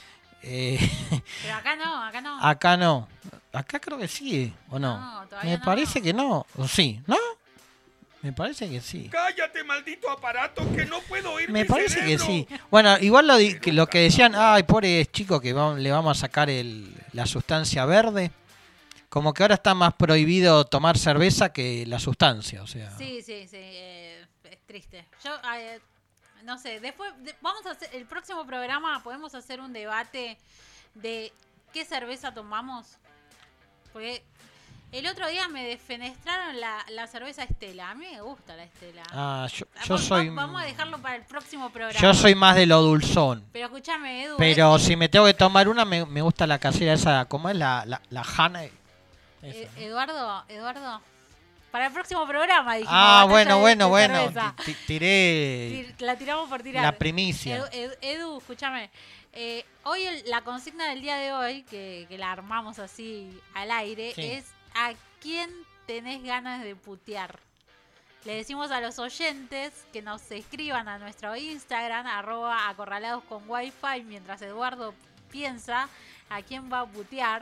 B: Pero acá no, acá no.
I: Acá no. Acá creo que sí, ¿o no?
B: No, todavía
I: Me
B: no.
I: parece que no. ¿O sí? ¿No? Me parece que sí.
H: ¡Cállate, maldito aparato, que no puedo oír
I: Me
H: mi
I: parece
H: cerebro!
I: que sí. Bueno, igual lo que decían, ay, pobre chico que le vamos a sacar la sustancia verde. Como que ahora está más prohibido tomar cerveza que la sustancia, o sea.
B: Sí, es triste. Yo, no sé, después vamos a hacer, el próximo programa podemos hacer un debate de qué cerveza tomamos. Porque el otro día me defenestraron la cerveza Estela. A mí me gusta la Estela.
I: Yo soy...
B: Vamos a dejarlo para el próximo programa.
I: Yo soy más de lo dulzón.
B: Pero escúchame, Edu.
I: Pero si me tengo que tomar una, me gusta la casera esa, ¿cómo es? La Hanna.
B: Eduardo, para el próximo programa dijimos.
I: Bueno. Tiré
B: La tiramos por tirar.
I: la primicia.
B: Edu, escúchame. Hoy la consigna del día de hoy, que la armamos así al aire,
I: Sí.
B: es ¿a quién tenés ganas de putear? Le decimos a los oyentes que nos escriban a nuestro Instagram, @acorraladosconwifi, mientras Eduardo piensa a quién va a putear.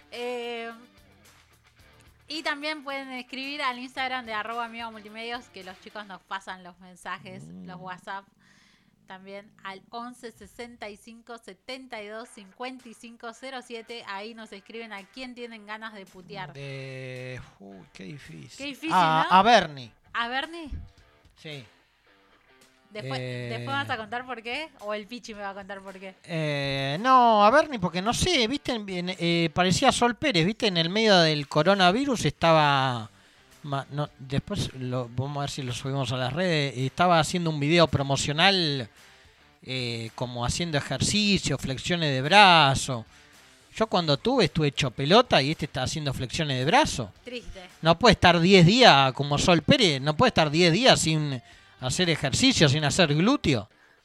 B: Y también pueden escribir al Instagram de @amigomultimedios, que los chicos nos pasan los mensajes, los WhatsApp. También al 11 65 72 55 07. Ahí nos escriben a quién tienen ganas de putear.
I: Qué difícil.
B: Qué difícil, ¿no?
I: A Bernie.
B: ¿A Bernie?
I: Sí.
B: ¿Después vas a contar por qué? ¿O el Pichi me va a contar por qué?
I: No, a Bernie, porque no sé, viste, parecía Sol Pérez, viste, en el medio del coronavirus estaba... después vamos a ver si lo subimos a las redes. Estaba haciendo un video promocional como haciendo ejercicio, flexiones de brazo. Yo cuando estuve hecho pelota y está haciendo flexiones de brazo.
B: Triste.
I: No puede estar 10 días como Sol Pérez, no puede estar 10 días sin hacer ejercicio, sin hacer glúteo.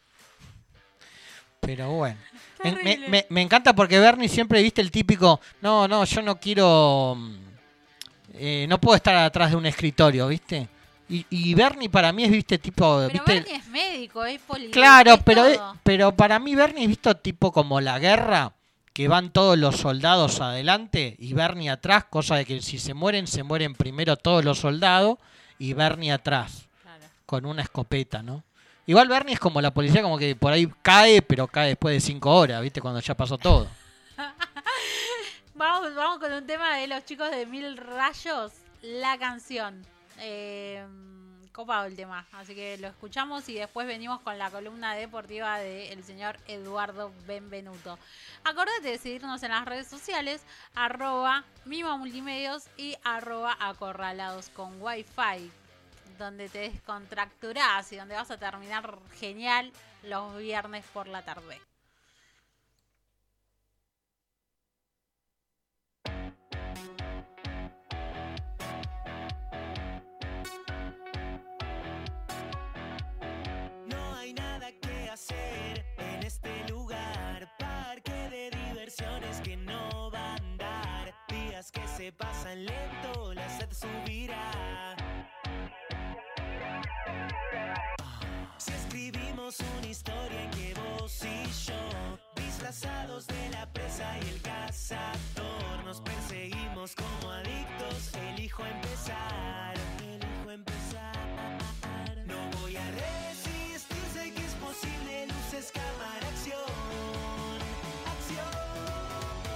I: Pero bueno. Me encanta porque Bernie siempre, viste, el típico, no, yo no quiero... no puedo estar atrás de un escritorio, ¿viste? Y Bernie para mí es, viste, tipo...
B: Pero
I: ¿viste?
B: Bernie es médico, es policía.
I: Claro,
B: es
I: pero para mí Bernie es visto tipo como la guerra, que van todos los soldados adelante y Bernie atrás, cosa de que si se mueren primero todos los soldados y Bernie atrás,
B: claro,
I: con una escopeta, ¿no? Igual Bernie es como la policía, como que por ahí cae, pero cae después de 5 horas, ¿viste? Cuando ya pasó todo.
B: Vamos con un tema de los chicos de Mil Rayos, la canción. Copado el tema, así que lo escuchamos y después venimos con la columna deportiva del señor Eduardo Benvenuto. Acordate de seguirnos en las redes sociales, @mimamultimedios y @acorraladosconwifi, donde te descontracturás y donde vas a terminar genial los viernes por la tarde.
J: En este lugar, parque de diversiones que no van a dar, días que se pasan lento, la sed subirá. Si escribimos una historia en que vos y yo, disfrazados de la presa y el cazador, nos perseguimos como adictos, elijo empezar. No voy a resistir, sé que es posible, luces, cámara, acción.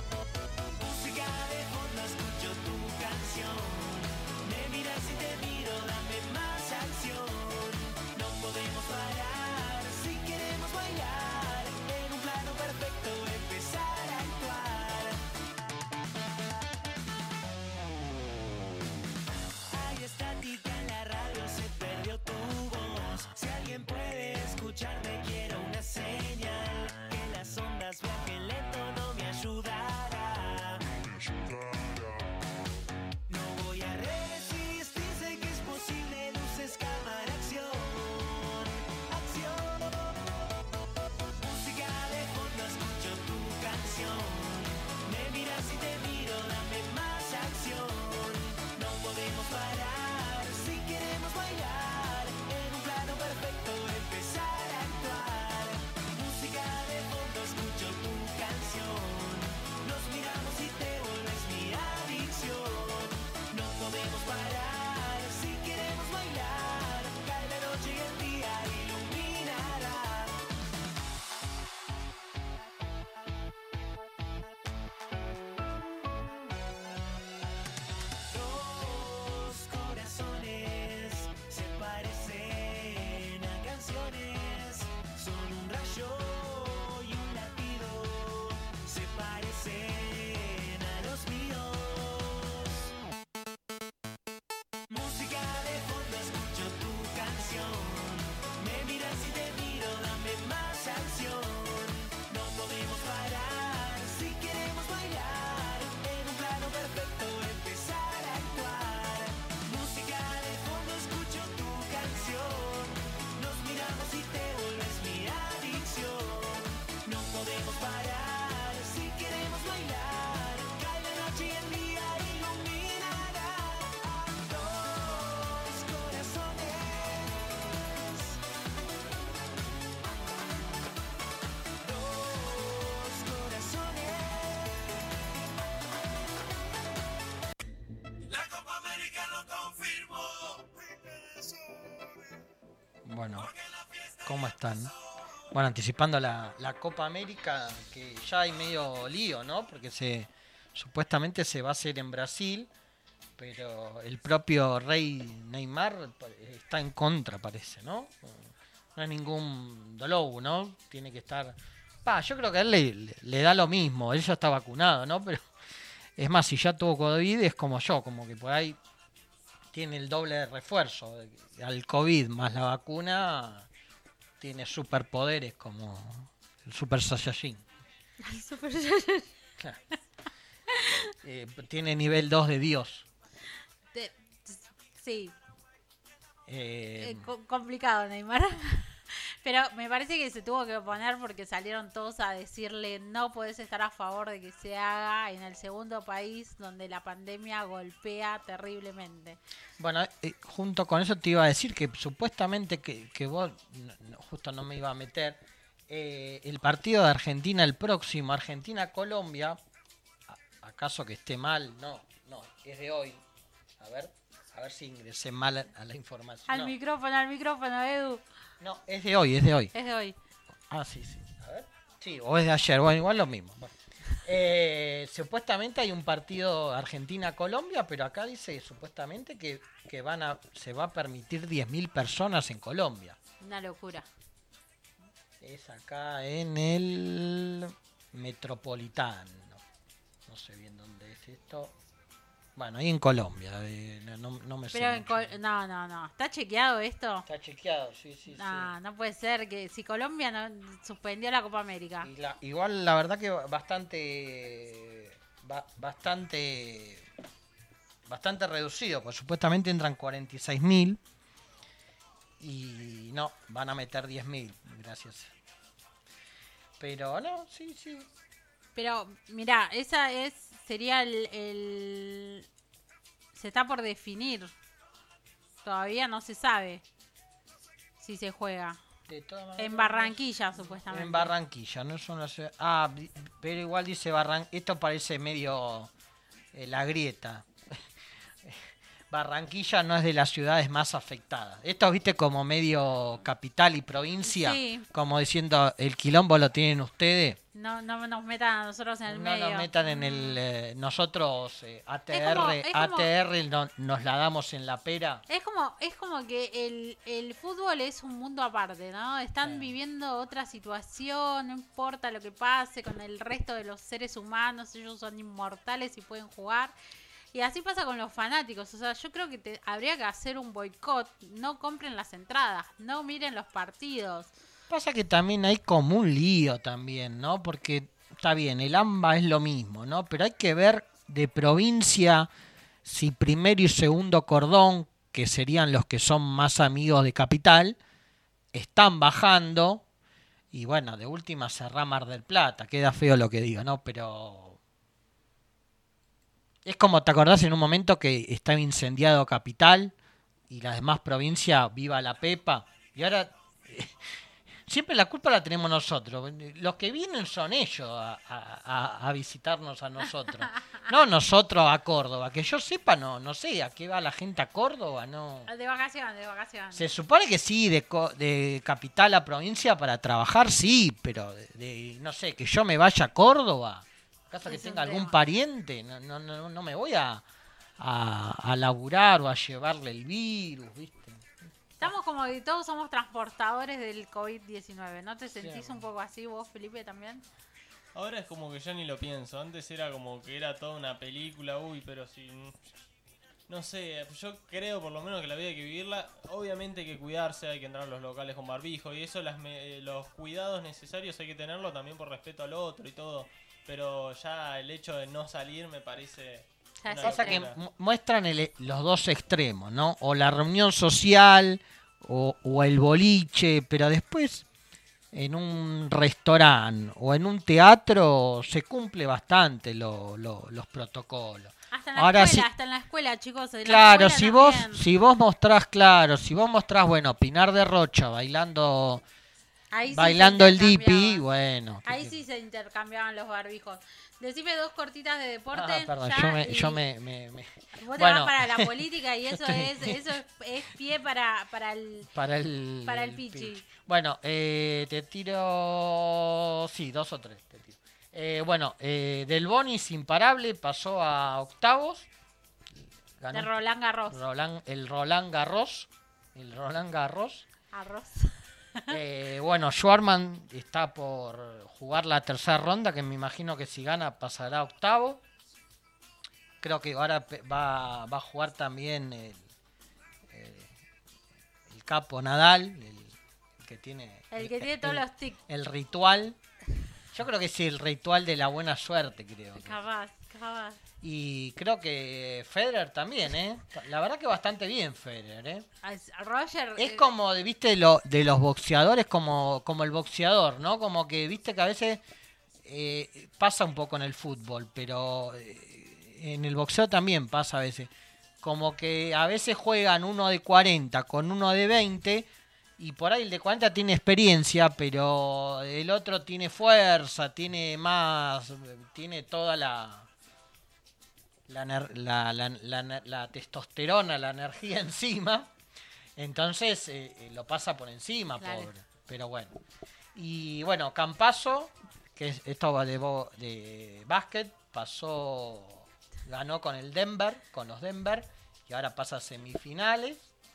I: Bueno, ¿cómo están? Bueno, anticipando la Copa América, que ya hay medio lío, ¿no? Porque supuestamente se va a hacer en Brasil, pero el propio rey Neymar está en contra, parece, ¿no? No hay ningún dolor, ¿no? Tiene que estar... yo creo que a él le da lo mismo, él ya está vacunado, ¿no? Pero es más, si ya tuvo COVID, es como yo, como que por ahí tiene el doble de refuerzo. Al COVID más la vacuna, tiene superpoderes como el Super Saiyajin.
B: El Super Saiyajin.
I: Claro. Tiene nivel 2 de Dios.
B: Sí. Complicado, Neymar. Pero me parece que se tuvo que oponer porque salieron todos a decirle no podés estar a favor de que se haga en el segundo país donde la pandemia golpea terriblemente.
I: Bueno, junto con eso te iba a decir que supuestamente que vos, justo no me iba a meter, el partido de Argentina, el próximo, Argentina-Colombia, ¿acaso que esté mal? No, es de hoy. A ver si ingresé mal a la información.
B: Al micrófono, Edu.
I: No, es de hoy.
B: Es de hoy.
I: Ah, sí. A ver. Sí, o es de ayer. Bueno, igual lo mismo. Bueno. Supuestamente hay un partido Argentina-Colombia, pero acá dice supuestamente que se va a permitir 10.000 personas en Colombia.
B: Una locura.
I: Es acá en el Metropolitano. No sé bien dónde es esto. Bueno, ahí en Colombia, no me sé.
B: Pero no. ¿Está chequeado esto?
I: Está chequeado, sí.
B: No puede ser que si Colombia no suspendió la Copa América.
I: Igual la verdad que bastante reducido, pues supuestamente entran 46.000 y no, van a meter 10.000, gracias. Pero no, sí.
B: Pero mirá, sería se está por definir. Todavía no se sabe si se juega. En Barranquilla, supuestamente.
I: En Barranquilla, no es una ciudad. Pero igual dice esto parece medio la grieta. Barranquilla no es de las ciudades más afectadas. Esto, viste, como medio capital y provincia. Sí. Como diciendo, el quilombo lo tienen ustedes.
B: No nos metan a nosotros en el medio.
I: No nos metan en el... nosotros, ATR, nos la damos en la pera.
B: Es como que el fútbol es un mundo aparte, ¿no? Están viviendo otra situación, no importa lo que pase con el resto de los seres humanos, ellos son inmortales y pueden jugar. Y así pasa con los fanáticos. O sea, yo creo que habría que hacer un boicot. No compren las entradas, no miren los partidos.
I: Pasa que también hay como un lío también, ¿no? Porque está bien, el AMBA es lo mismo, ¿no? Pero hay que ver de provincia si primero y segundo cordón, que serían los que son más amigos de capital, están bajando. Y bueno, de última cerrá Mar del Plata. Queda feo lo que digo, ¿no? Pero... es como, ¿te acordás en un momento que estaba incendiado Capital y las demás provincias, viva la Pepa? Y ahora siempre la culpa la tenemos nosotros. Los que vienen son ellos a visitarnos a nosotros. No nosotros a Córdoba. Que yo sepa, no sé, ¿a qué va la gente a Córdoba? No.
B: De vacaciones.
I: Se supone que sí, de Capital a provincia para trabajar, sí, pero no sé, que yo me vaya a Córdoba. Casa que tenga algún pariente, no me voy a laburar o a llevarle el virus, ¿viste?
B: Estamos como que todos somos transportadores del COVID-19, ¿no te sentís un poco así vos, Felipe, también?
D: Ahora es como que yo ni lo pienso, antes era como que era toda una película, pero si... no sé, yo creo por lo menos que la vida hay que vivirla, obviamente hay que cuidarse, hay que entrar a los locales con barbijo y eso, los cuidados necesarios hay que tenerlo también por respeto al otro y todo. Pero ya el hecho de no salir me parece...
I: Pasa que muestran los dos extremos, ¿no? O la reunión social o el boliche, pero después en un restaurante o en un teatro se cumple bastante los protocolos.
B: Hasta en la escuela, chicos.
I: Claro, si vos mostrás, bueno, Pinar de Rocha bailando
B: Ahí sí
I: bailando
B: se
I: el dipi,
B: intercambiaban.
I: bueno.
B: Ahí sí se intercambiaban los barbijos. Decime 2 cortitas de deporte.
I: Ah, perdón,
B: ya,
I: yo
B: y
I: me...
B: Vos te
I: Bueno.
B: vas para la política y
I: Yo
B: eso
I: estoy-
B: es pie para el
I: Para el...
B: para el pichi.
I: Bueno, te tiro... Sí, 2 o 3 te tiro. Bueno, Del Bonis imparable pasó a octavos.
B: de Roland Garros.
I: El Roland Garros. El Roland Garros.
B: Arroz.
I: Bueno, Schwarman está por jugar la tercera ronda, que me imagino que si gana pasará a octavo. Creo que ahora va a jugar también el capo Nadal, el que tiene...
B: El que tiene todos los tics.
I: El ritual. Yo creo que es el ritual de la buena suerte, creo.
B: Capaz.
I: Y creo que Federer también, ¿eh? La verdad que bastante bien Federer, ¿eh?
B: Roger.
I: Es como, viste, de los boxeadores, como el boxeador, ¿no? Como que, viste, que a veces pasa un poco en el fútbol, pero en el boxeo también pasa a veces. Como que a veces juegan uno de 40 con uno de 20 y por ahí el de 40 tiene experiencia, pero el otro tiene fuerza, tiene más, tiene toda la testosterona, la energía encima. Entonces lo pasa por encima,
B: Claro.
I: pobre. Pero bueno. Y bueno, Campazzo, que esto va de básquet, ganó con el Denver, con los Denver, y ahora pasa a semifinales.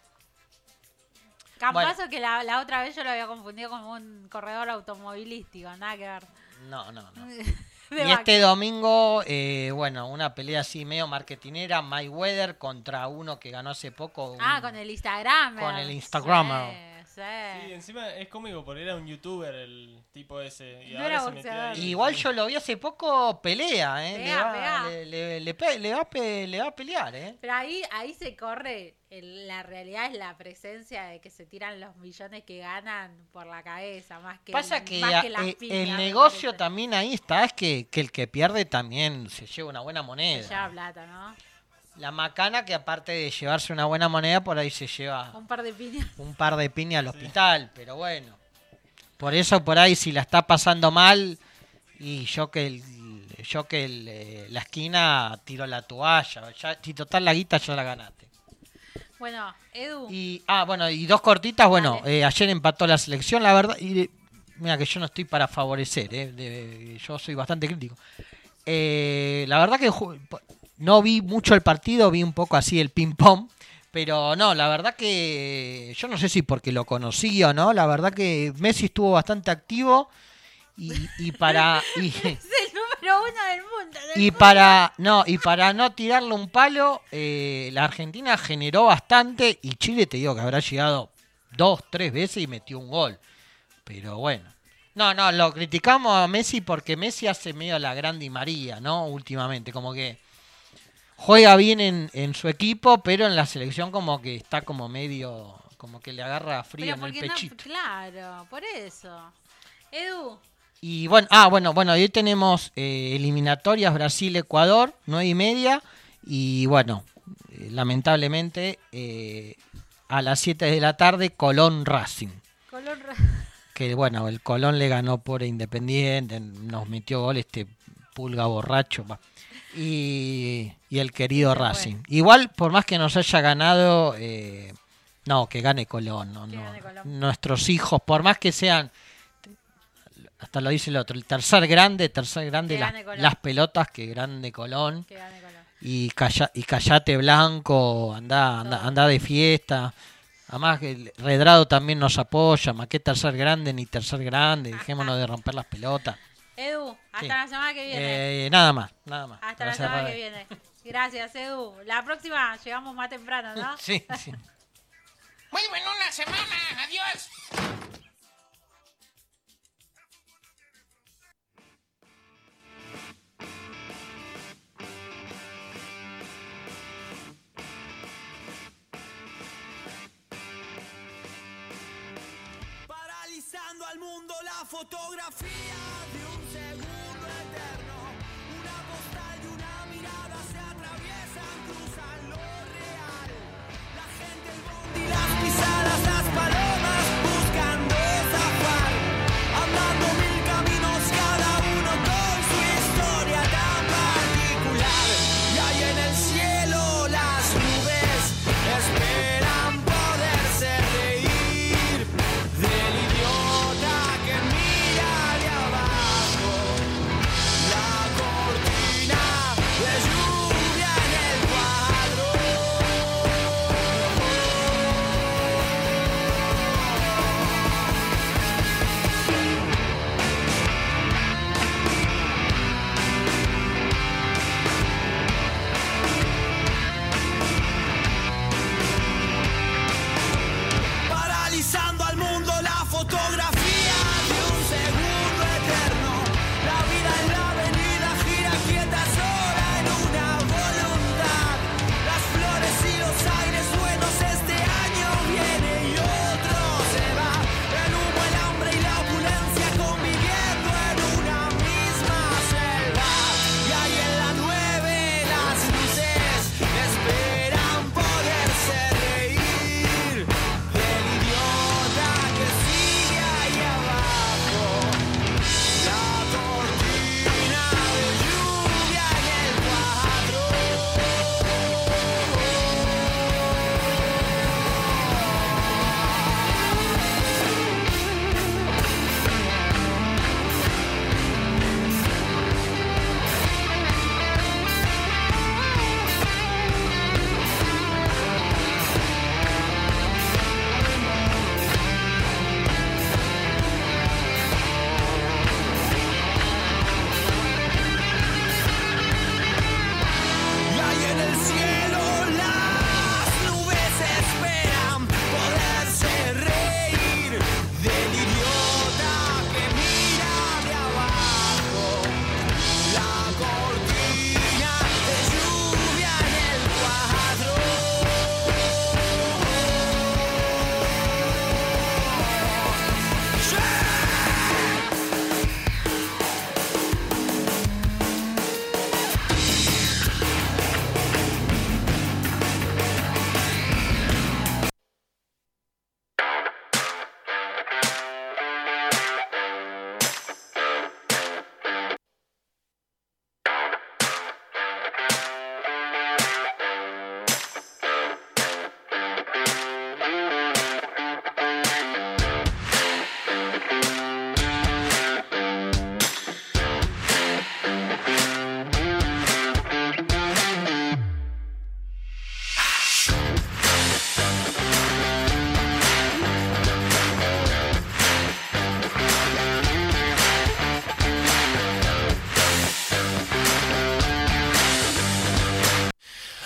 B: Campazo
I: Bueno.
B: que la otra vez yo lo había confundido con un corredor automovilístico, nada que ver.
I: No.
B: De
I: Y este domingo, bueno, una pelea así medio marketinera, Mayweather contra uno que ganó hace poco.
B: con el Instagram.
I: Con el Instagrammer.
B: Sí.
D: Sí, encima es cómico porque era un youtuber el tipo ese. Y
B: No
D: ahora
B: era
D: se metió
B: boxeador.
D: ahí.
I: Igual yo lo vi hace poco, pelea, ¿eh?
B: Pega.
I: Le va a pelear, ¿eh?
B: Pero ahí se corre. La realidad es la presencia de que se tiran los millones que ganan por la cabeza, más que
I: Pasa que,
B: más que las
I: el
B: piñas, me
I: negocio
B: parece.
I: también ahí está, es que el que pierde también se lleva una buena
B: Se
I: moneda.
B: lleva plata, ¿no?
I: La macana que aparte de llevarse una buena moneda, por ahí se lleva
B: Un par de piñas.
I: un par de piñas al hospital, pero bueno. Por eso por ahí si la está pasando mal y la esquina tiro la toalla, ya, si total la guita ya la ganaste.
B: Bueno, Edu.
I: Y bueno, y 2 cortitas, bueno, ayer empató la selección, la verdad, y mira que yo no estoy para favorecer, yo soy bastante crítico. La verdad que no vi mucho el partido, vi un poco así el ping-pong, pero no, la verdad que yo no sé si porque lo conocí o no, la verdad que Messi estuvo bastante activo y para...
B: Es el número 1 del mundo.
I: Y para no tirarle un palo, la Argentina generó bastante y Chile te digo que habrá llegado 2-3 veces y metió un gol. Pero bueno. No, lo criticamos a Messi porque Messi hace medio la gran Di María, ¿no? Últimamente, como que juega bien en su equipo, pero en la selección como que está como medio, como que le agarra frío
B: Pero
I: en el
B: porque
I: pechito.
B: claro, por eso. Edu,
I: Y bueno, hoy tenemos eliminatorias Brasil-Ecuador, 9:30. Y bueno, lamentablemente a las 7 de la tarde Colón-Racing. Que bueno, el Colón le ganó por Independiente, nos metió gol este pulga borracho. Y el querido Racing. Igual, por más que nos haya ganado, no, que gane Colón.
B: Gane Colón.
I: Nuestros hijos, por más que sean... Hasta lo dice el otro, el tercer grande,
B: Que gane Colón.
I: las pelotas, que grande Colón.
B: que gane Colón.
I: Y Callate Blanco, anda de fiesta. Además que el Redrado también nos apoya, más que tercer grande ni tercer grande, dejémonos de romper las pelotas.
B: Edu, hasta
I: Sí.
B: la semana que viene.
I: Nada más.
B: Hasta la semana que viene. Gracias, Edu. La próxima llegamos más temprano, ¿no?
I: Sí.
K: Vuelvo en una semana. Adiós.
J: Paralizando al mundo la fotografía de un segundo eterno. Una postal y una mirada se atraviesan, cruzan lo real. La gente, el bondi, las pisadas, las palomas buscando zafar.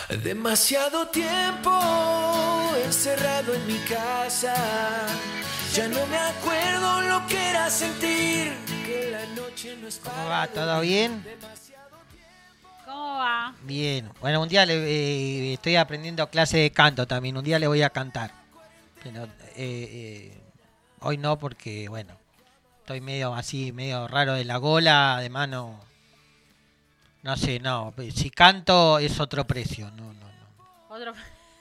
J: Demasiado tiempo encerrado en mi casa. Ya no me acuerdo lo que era sentir que la noche no es para
I: ¿Cómo va? ¿Todo bien?
B: ¿Cómo va?
I: Bien. Bueno, un día estoy aprendiendo clase de canto también. Un día le voy a cantar. Pero hoy no porque, bueno, estoy medio así, medio raro de la gola. Además no sé, no. Si canto es otro precio. No.
B: Otro.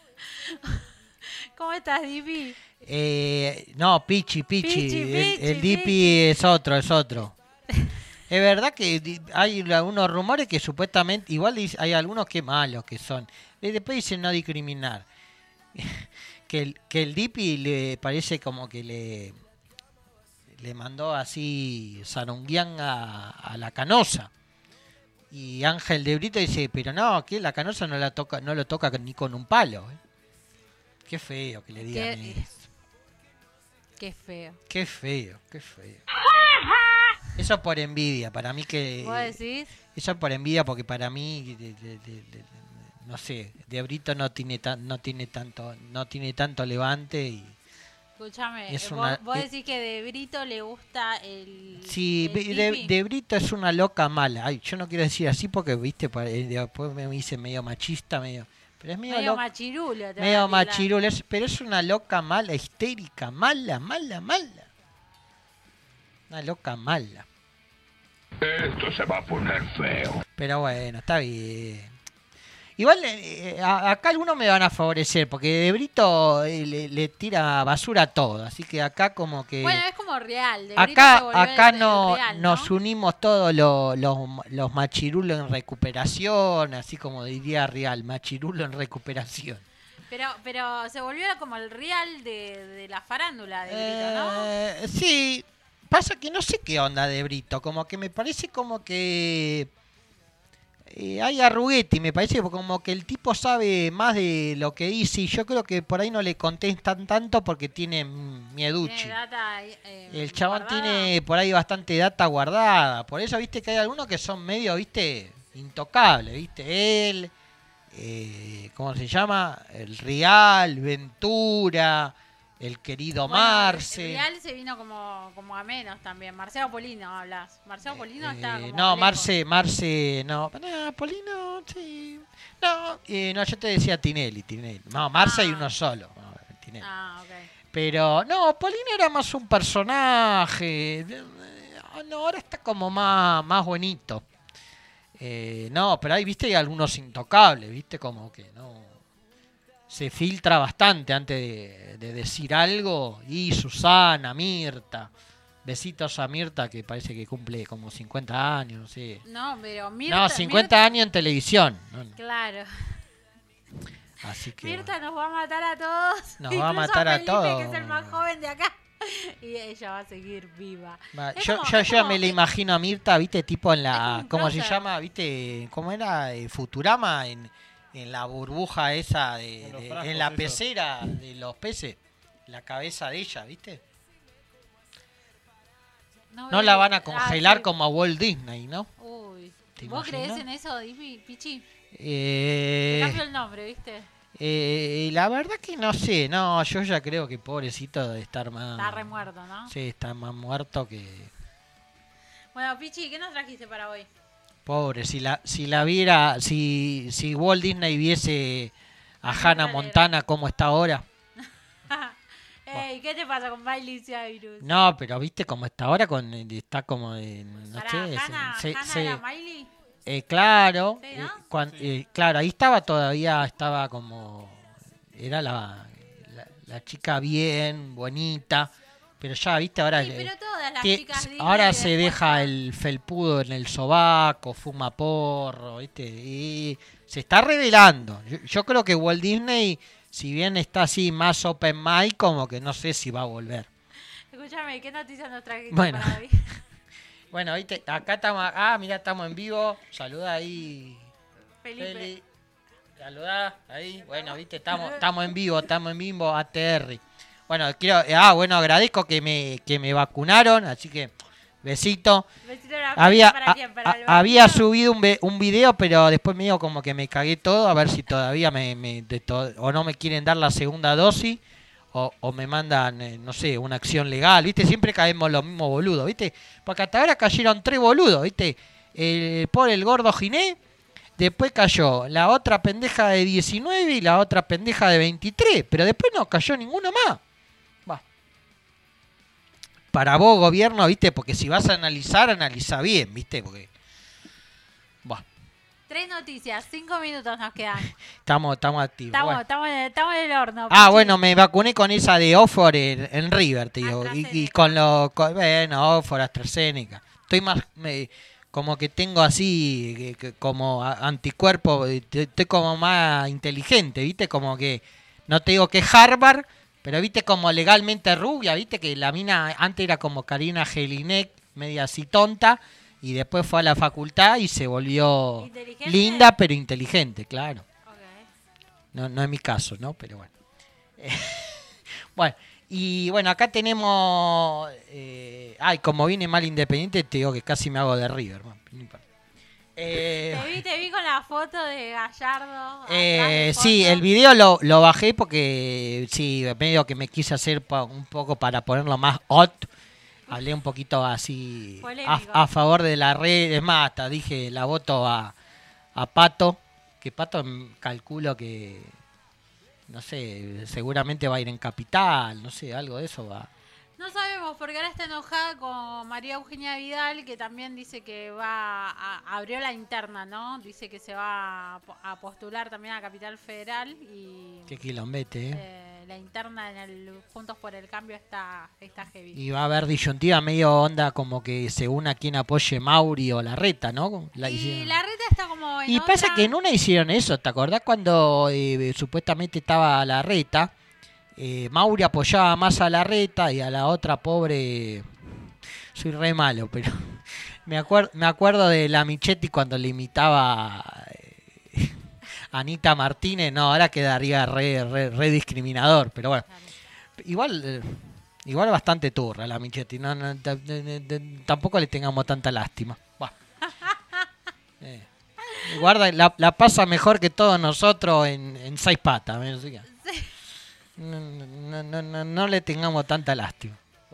B: ¿Cómo estás, Dipi?
I: No, Pichi. El Dipi es otro. Es verdad que hay algunos rumores que supuestamente, igual hay algunos que malos que son. Y después dicen no discriminar. que el Dipi le parece como que le mandó así Sarunguián a la Canosa. Y Ángel de Brito dice, pero no, que la Canosa no lo toca ni con un palo. Qué feo que le digan eso.
B: Qué feo.
I: Eso por envidia, para mí que...
B: ¿Vos decís?
I: Eso por envidia porque para mí, no sé, De Brito no tiene tanto levante y...
B: Escúchame,
I: es
B: vos decís que De Brito le gusta el...
I: Sí,
B: el
I: de Brito es una loca mala. Ay, yo no quiero decir así porque, viste, después me dice medio machista, pero es medio
B: machirulo.
I: Medio machirulo, pero es una loca mala, histérica, mala. Una loca mala.
H: Esto se va a poner feo.
I: Pero bueno, está bien. Igual acá algunos me van a favorecer porque De Brito le tira basura a todo, así que acá como que...
B: Bueno, es como Real. De Brito
I: acá
B: el
I: no
B: Real, ¿no?
I: nos unimos todos los machirulos en recuperación, así como diría Real, machirulo en recuperación.
B: Pero se volvió como el Real de la farándula de Brito, ¿no?
I: Sí, pasa que no sé qué onda De Brito, como que me parece como que... hay arruguete, me parece como que el tipo sabe más de lo que dice y yo creo que por ahí no le contestan tanto porque tiene mieduchi.
B: Tiene data,
I: el chabón
B: guardada.
I: tiene por ahí bastante data guardada, por eso viste que hay algunos que son medio, viste, intocables, viste, él, ¿cómo se llama? El Real, Ventura, el querido Marce.
B: Real se vino como a menos también. Marcelo Polino hablas. Marcelo Polino está como
I: no,
B: lejos.
I: Marce, no. Polino, sí. No, yo te decía Tinelli. No, Marce hay uno solo. No, Tinelli.
B: Ok.
I: Pero, no, Polino era más un personaje. No, ahora está como más bonito. No, pero ahí, viste, hay algunos intocables, viste, como que no... Se filtra bastante antes de decir algo. Y Susana, Mirta. Besitos a Mirta, que parece que cumple como 50 años, no sé.
B: No, pero Mirta...
I: No, 50 años en televisión. No.
B: Claro.
I: Así que...
B: Mirta nos va a matar a todos.
I: Nos va a matar a
B: Felipe,
I: todos.
B: que es el más joven de acá. Y ella va a seguir viva.
I: Yo me la imagino a Mirta, viste, tipo en la... ¿Cómo se
B: prócer.
I: llama? ¿Viste? ¿Cómo era? Futurama, en la burbuja esa, en la pecera de los peces. La cabeza de ella, ¿viste? No la van a congelar
B: sí.
I: como a Walt Disney, ¿no?
B: Uy.
I: ¿Te
B: ¿Vos
I: imaginas?
B: creés en eso, Pichi? Te cambio el nombre, ¿viste?
I: La verdad que no sé. No, yo ya creo que pobrecito de estar más...
B: Está remuerto, ¿no?
I: Sí, está más muerto que...
B: Bueno, Pichi, ¿qué nos trajiste para hoy?
I: Pobre, si la viera, si Walt Disney viese a Hannah Montana como está ahora.
B: Ey, ¿qué te pasa con Miley Cyrus?
I: No, pero viste cómo está ahora, está como no
B: Pará,
I: sé.
B: ¿Hannah era Miley?
I: Claro,
B: Sí, ¿no?
I: claro, ahí estaba como, era la chica bien, bonita. Pero ya, viste, ahora
B: Sí, pero todas las chicas Disney
I: ahora se
B: después
I: deja el felpudo en el sobaco, fuma porro, viste, y se está revelando. Yo creo que Walt Disney, si bien está así más open mind, como que no sé si va a volver.
B: Escúchame, ¿qué noticias nos trajiste
I: Bueno.
B: para hoy?
I: Bueno, viste, acá estamos, mirá, estamos en vivo. Saluda ahí,
B: Felipe.
I: Feli. Saludá ahí. Bueno, viste, estamos en vivo ATR. Bueno, agradezco que me vacunaron, así que Besito.
B: Besito en la
I: Había,
B: frente, ¿para quién? ¿Para el
I: había
B: bandido?
I: subido un video, pero después me digo como que me cagué todo, a ver si todavía o no me quieren dar la segunda dosis, o me mandan, no sé, una acción legal, ¿viste? Siempre caemos los mismos boludos, ¿viste? Porque hasta ahora cayeron 3 boludos, ¿viste? Por el gordo Giné, después cayó la otra pendeja de 19 y la otra pendeja de 23, pero después no cayó ninguno más. Va. Para vos, gobierno, ¿viste? Porque si vas a analizar, analiza bien, ¿viste? Porque... Va.
B: 3 noticias, 5 minutos nos quedan.
I: Estamos activos. Bueno.
B: Estamos en el horno.
I: Ah, bueno, me vacuné con esa de Oxford en River, te digo. Y con bueno, Oxford, AstraZeneca. Estoy más... como que tengo así, como anticuerpo, estoy como más inteligente, ¿viste? Como que, no te digo que es Harvard, pero ¿viste? Como legalmente rubia, ¿viste? Que la mina antes era como Karina Jelinek, media así tonta, y después fue a la facultad y se volvió linda, pero inteligente, claro. Okay. No es mi caso, ¿no? Pero bueno. Bueno. Y bueno, acá tenemos... como viene mal Independiente, te digo que casi me hago de River.
B: Te vi con la foto de Gallardo.
I: Sí, el video lo bajé porque sí, medio que me quise hacer un poco para ponerlo más hot. Hablé un poquito así a favor de la red. Es más, hasta dije la voto a Pato. Que Pato calculo que... No sé, seguramente va a ir en Capital, no sé, algo de eso va.
B: No sabemos, porque ahora está enojada con María Eugenia Vidal, que también dice que abrió la interna, ¿no? Dice que se va a postular también a Capital Federal y...
I: Qué quilombete,
B: la interna en el Juntos por el Cambio está heavy.
I: Y va a haber disyuntiva medio onda como que según a quien apoye Mauri o Larreta, ¿no?
B: Y Larreta está como en
I: Y
B: otra...
I: pasa que en una hicieron eso, ¿te acordás cuando supuestamente estaba Larreta? Mauri apoyaba más a Larreta y a la otra pobre... Soy re malo, pero... Me acuerdo de la Michetti cuando le imitaba... Anita Martínez, no, ahora quedaría re discriminador, pero bueno. Igual bastante turra la Michetti, tampoco le tengamos tanta lástima. Guarda, la pasa mejor que todos nosotros en 6 patas. No le tengamos tanta lástima.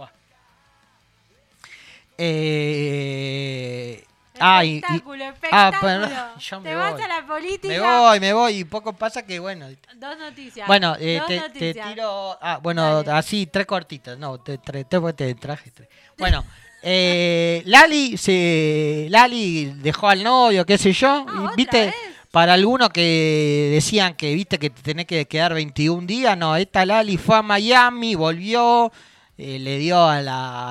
B: Espectáculo. ¿Te vas a la política?
I: Me voy. Y poco pasa que, bueno.
B: 2 noticias.
I: Bueno, te tiro... bueno, dale. Así, 3 cortitas. No, te traje 3. Bueno, Lali dejó al novio, qué sé yo. ¿Viste? Vez. Para algunos que decían que, viste, que te tenés que quedar 21 días. No, esta Lali fue a Miami, volvió... le dio a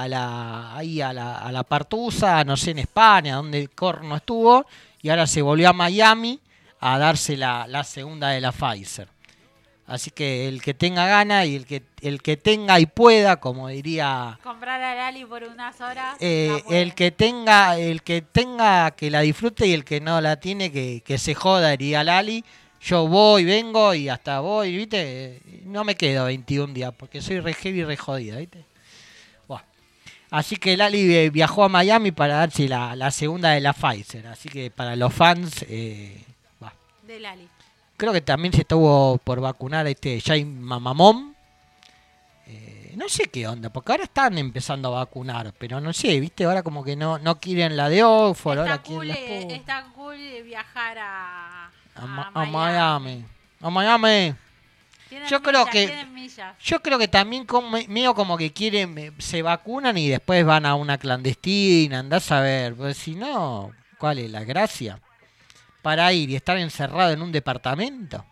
I: la Partusa, no sé, en España, donde el corno estuvo, y ahora se volvió a Miami a darse la segunda de la Pfizer. Así que el que tenga ganas y el que tenga y pueda, como diría...
B: Comprar a Lali por unas horas.
I: El que tenga que la disfrute y el que no la tiene que se joda, diría Lali. Yo voy, vengo y hasta voy, ¿viste? No me quedo 21 días porque soy re heavy y re jodida, ¿viste? Bueno. Así que Lali viajó a Miami para darse la segunda de la Pfizer. Así que para los fans...
B: de Lali.
I: Creo que también se estuvo por vacunar Jay Mamamón. No sé qué onda, porque ahora están empezando a vacunar, pero no sé, ¿viste? Ahora como que no quieren la de Oxford, ahora quieren la Sputnik.
B: Está cool viajar a
I: Miami. A Miami. Yo creo que también medio como que quieren, se vacunan y después van a una clandestina, andás a ver, pues si no, ¿cuál es la gracia? Para ir y estar encerrado en un departamento.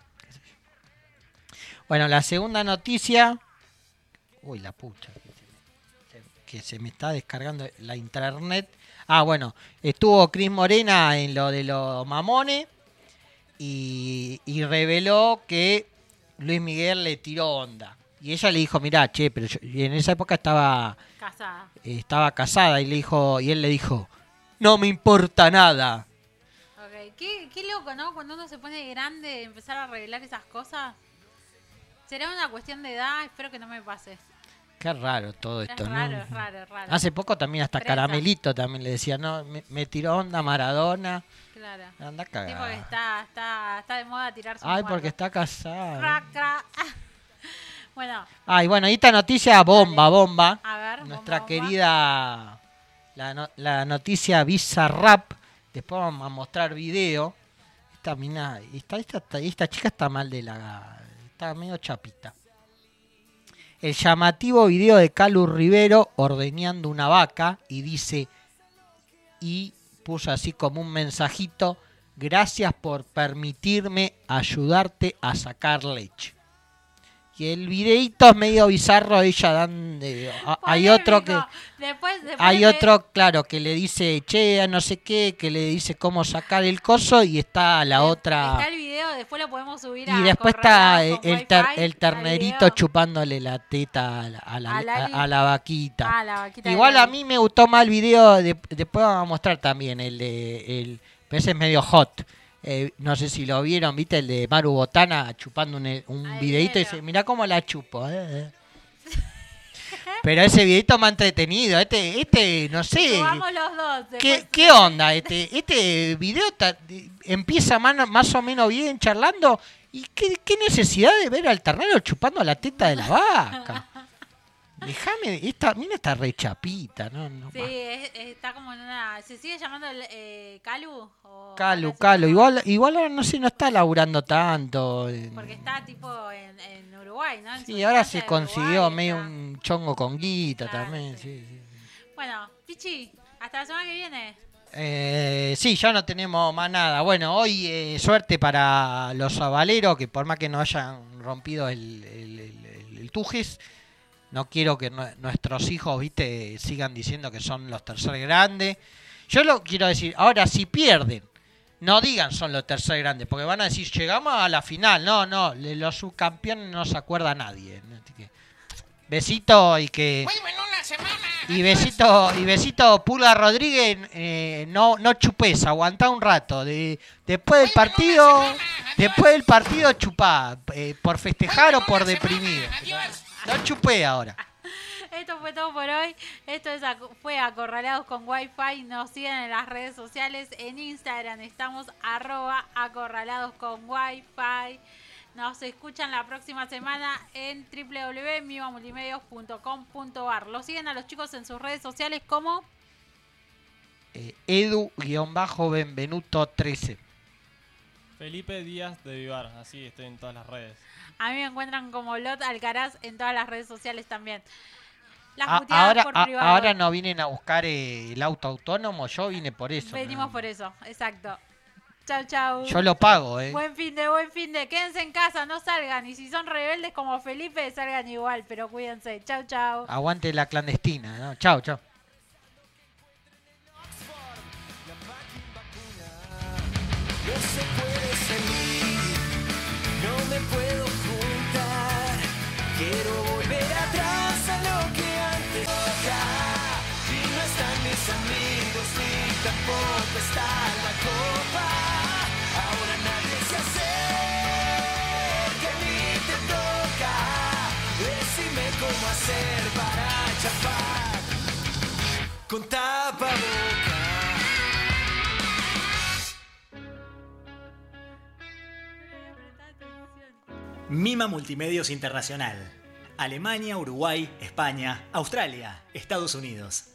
I: Bueno, la segunda noticia, uy, la pucha, que se me está descargando la internet. Bueno, estuvo Cris Morena en lo de los mamones. Y reveló que Luis Miguel le tiró onda. Y ella le dijo, mirá, pero y en esa época estaba casada y él le dijo, no me importa nada.
B: Okay. Qué loco, ¿no? Cuando uno se pone grande, empezar a revelar esas cosas. ¿Será una cuestión de edad? Espero que no me pase.
I: Qué raro todo esto,
B: Es
I: ¿no?
B: raro, es raro, es raro.
I: Hace poco también hasta
B: Prensa.
I: Caramelito también le decía, no, me tiró onda Maradona.
B: Claro.
I: Anda
B: Sí, porque
I: cagada.
B: está de moda tirarse un
I: Ay,
B: muerto.
I: porque está casada.
B: Crac, crac. Bueno,
I: Ay, bueno, y esta noticia bomba.
B: a ver,
I: Nuestra
B: bomba.
I: querida, la noticia Bizarrap. Después vamos a mostrar video. Esta mina, esta chica está mal está medio chapita. El llamativo video de Calu Rivero ordeñando una vaca y dice, y puso así como un mensajito, gracias por permitirme ayudarte a sacar leche. Y el videíto es medio bizarro, ella hay otro que
B: Después
I: hay otro, claro, que le dice, che, no sé qué, que le dice cómo sacar el coso y está la otra.
B: Está el video, después lo podemos subir a
I: Y después está
B: Acorralados con Wi-Fi,
I: el ternerito
B: video.
I: chupándole la teta a la vaquita.
B: Ah, la vaquita de
I: Igual a
B: Lali.
I: mí me gustó más el video, después vamos a mostrar también pero ese es medio hot. No sé si lo vieron, viste, el de Maru Botana chupando un videito y dice, mirá cómo la chupo. Pero ese videito más entretenido, no sé.
B: Subamos los dos.
I: ¿Qué onda? Este video empieza más o menos bien charlando. ¿Y qué necesidad de ver al ternero chupando la teta de la vaca? Déjame, mira esta re chapita, ¿no?
B: Sí, está como en una... ¿Se sigue llamando Calu?
I: Calu. Igual ahora no sé, no está laburando tanto.
B: Porque está tipo en Uruguay, ¿no? En
I: Sí,
B: su
I: ahora
B: casa
I: se
B: de
I: consiguió
B: Uruguay
I: medio
B: está.
I: un chongo con guita
B: Claro,
I: también.
B: sí.
I: Sí.
B: Bueno, Pichi, hasta la semana que viene.
I: Sí, ya no tenemos más nada. Bueno, hoy suerte para los avaleros, que por más que no hayan rompido el Tujes, no quiero que nuestros hijos, viste, sigan diciendo que son los tercer grandes. Yo lo quiero decir, ahora si pierden, no digan son los tercer grandes, porque van a decir, llegamos a la final. No, los subcampeones no se acuerda nadie. Así que, besito y que...
K: Vuelvo en una semana.
I: Y besito, Pulga Rodríguez, no chupés, aguantá un rato. Después del partido chupá, por festejar o por deprimido. No chupé ahora.
B: Esto fue todo por hoy. Fue Acorralados con Wi-Fi. Nos siguen en las redes sociales. En Instagram estamos @acorralados con Wi-Fi. Nos escuchan la próxima semana en www.mimamultimedios.com.ar. Lo siguen a los chicos en sus redes sociales como
I: Edu-Benvenuto13.
D: Felipe Díaz de Vivar, así estoy en todas las redes.
B: a mí me encuentran como Lot Alcaraz en todas las redes sociales también. Las puteadas por privado.
I: Ahora no vienen a buscar el auto autónomo, yo vine por eso.
B: Venimos por eso, exacto. Chau, chau.
I: Yo lo pago,
B: Buen fin de. Quédense en casa, no salgan. Y si son rebeldes como Felipe, salgan igual, pero cuídense. Chau, chau.
I: Aguante la clandestina, ¿no? Chau.
J: No se puede salir, no me puedo juntar. Quiero volver atrás a lo que antes era. Y no están mis amigos, ni tampoco está la copa. Ahora nadie se acerca, ni te toca. Decime cómo hacer para chapar con tapabocas.
A: Mima Multimedios Internacional. Alemania, Uruguay, España, Australia, Estados Unidos.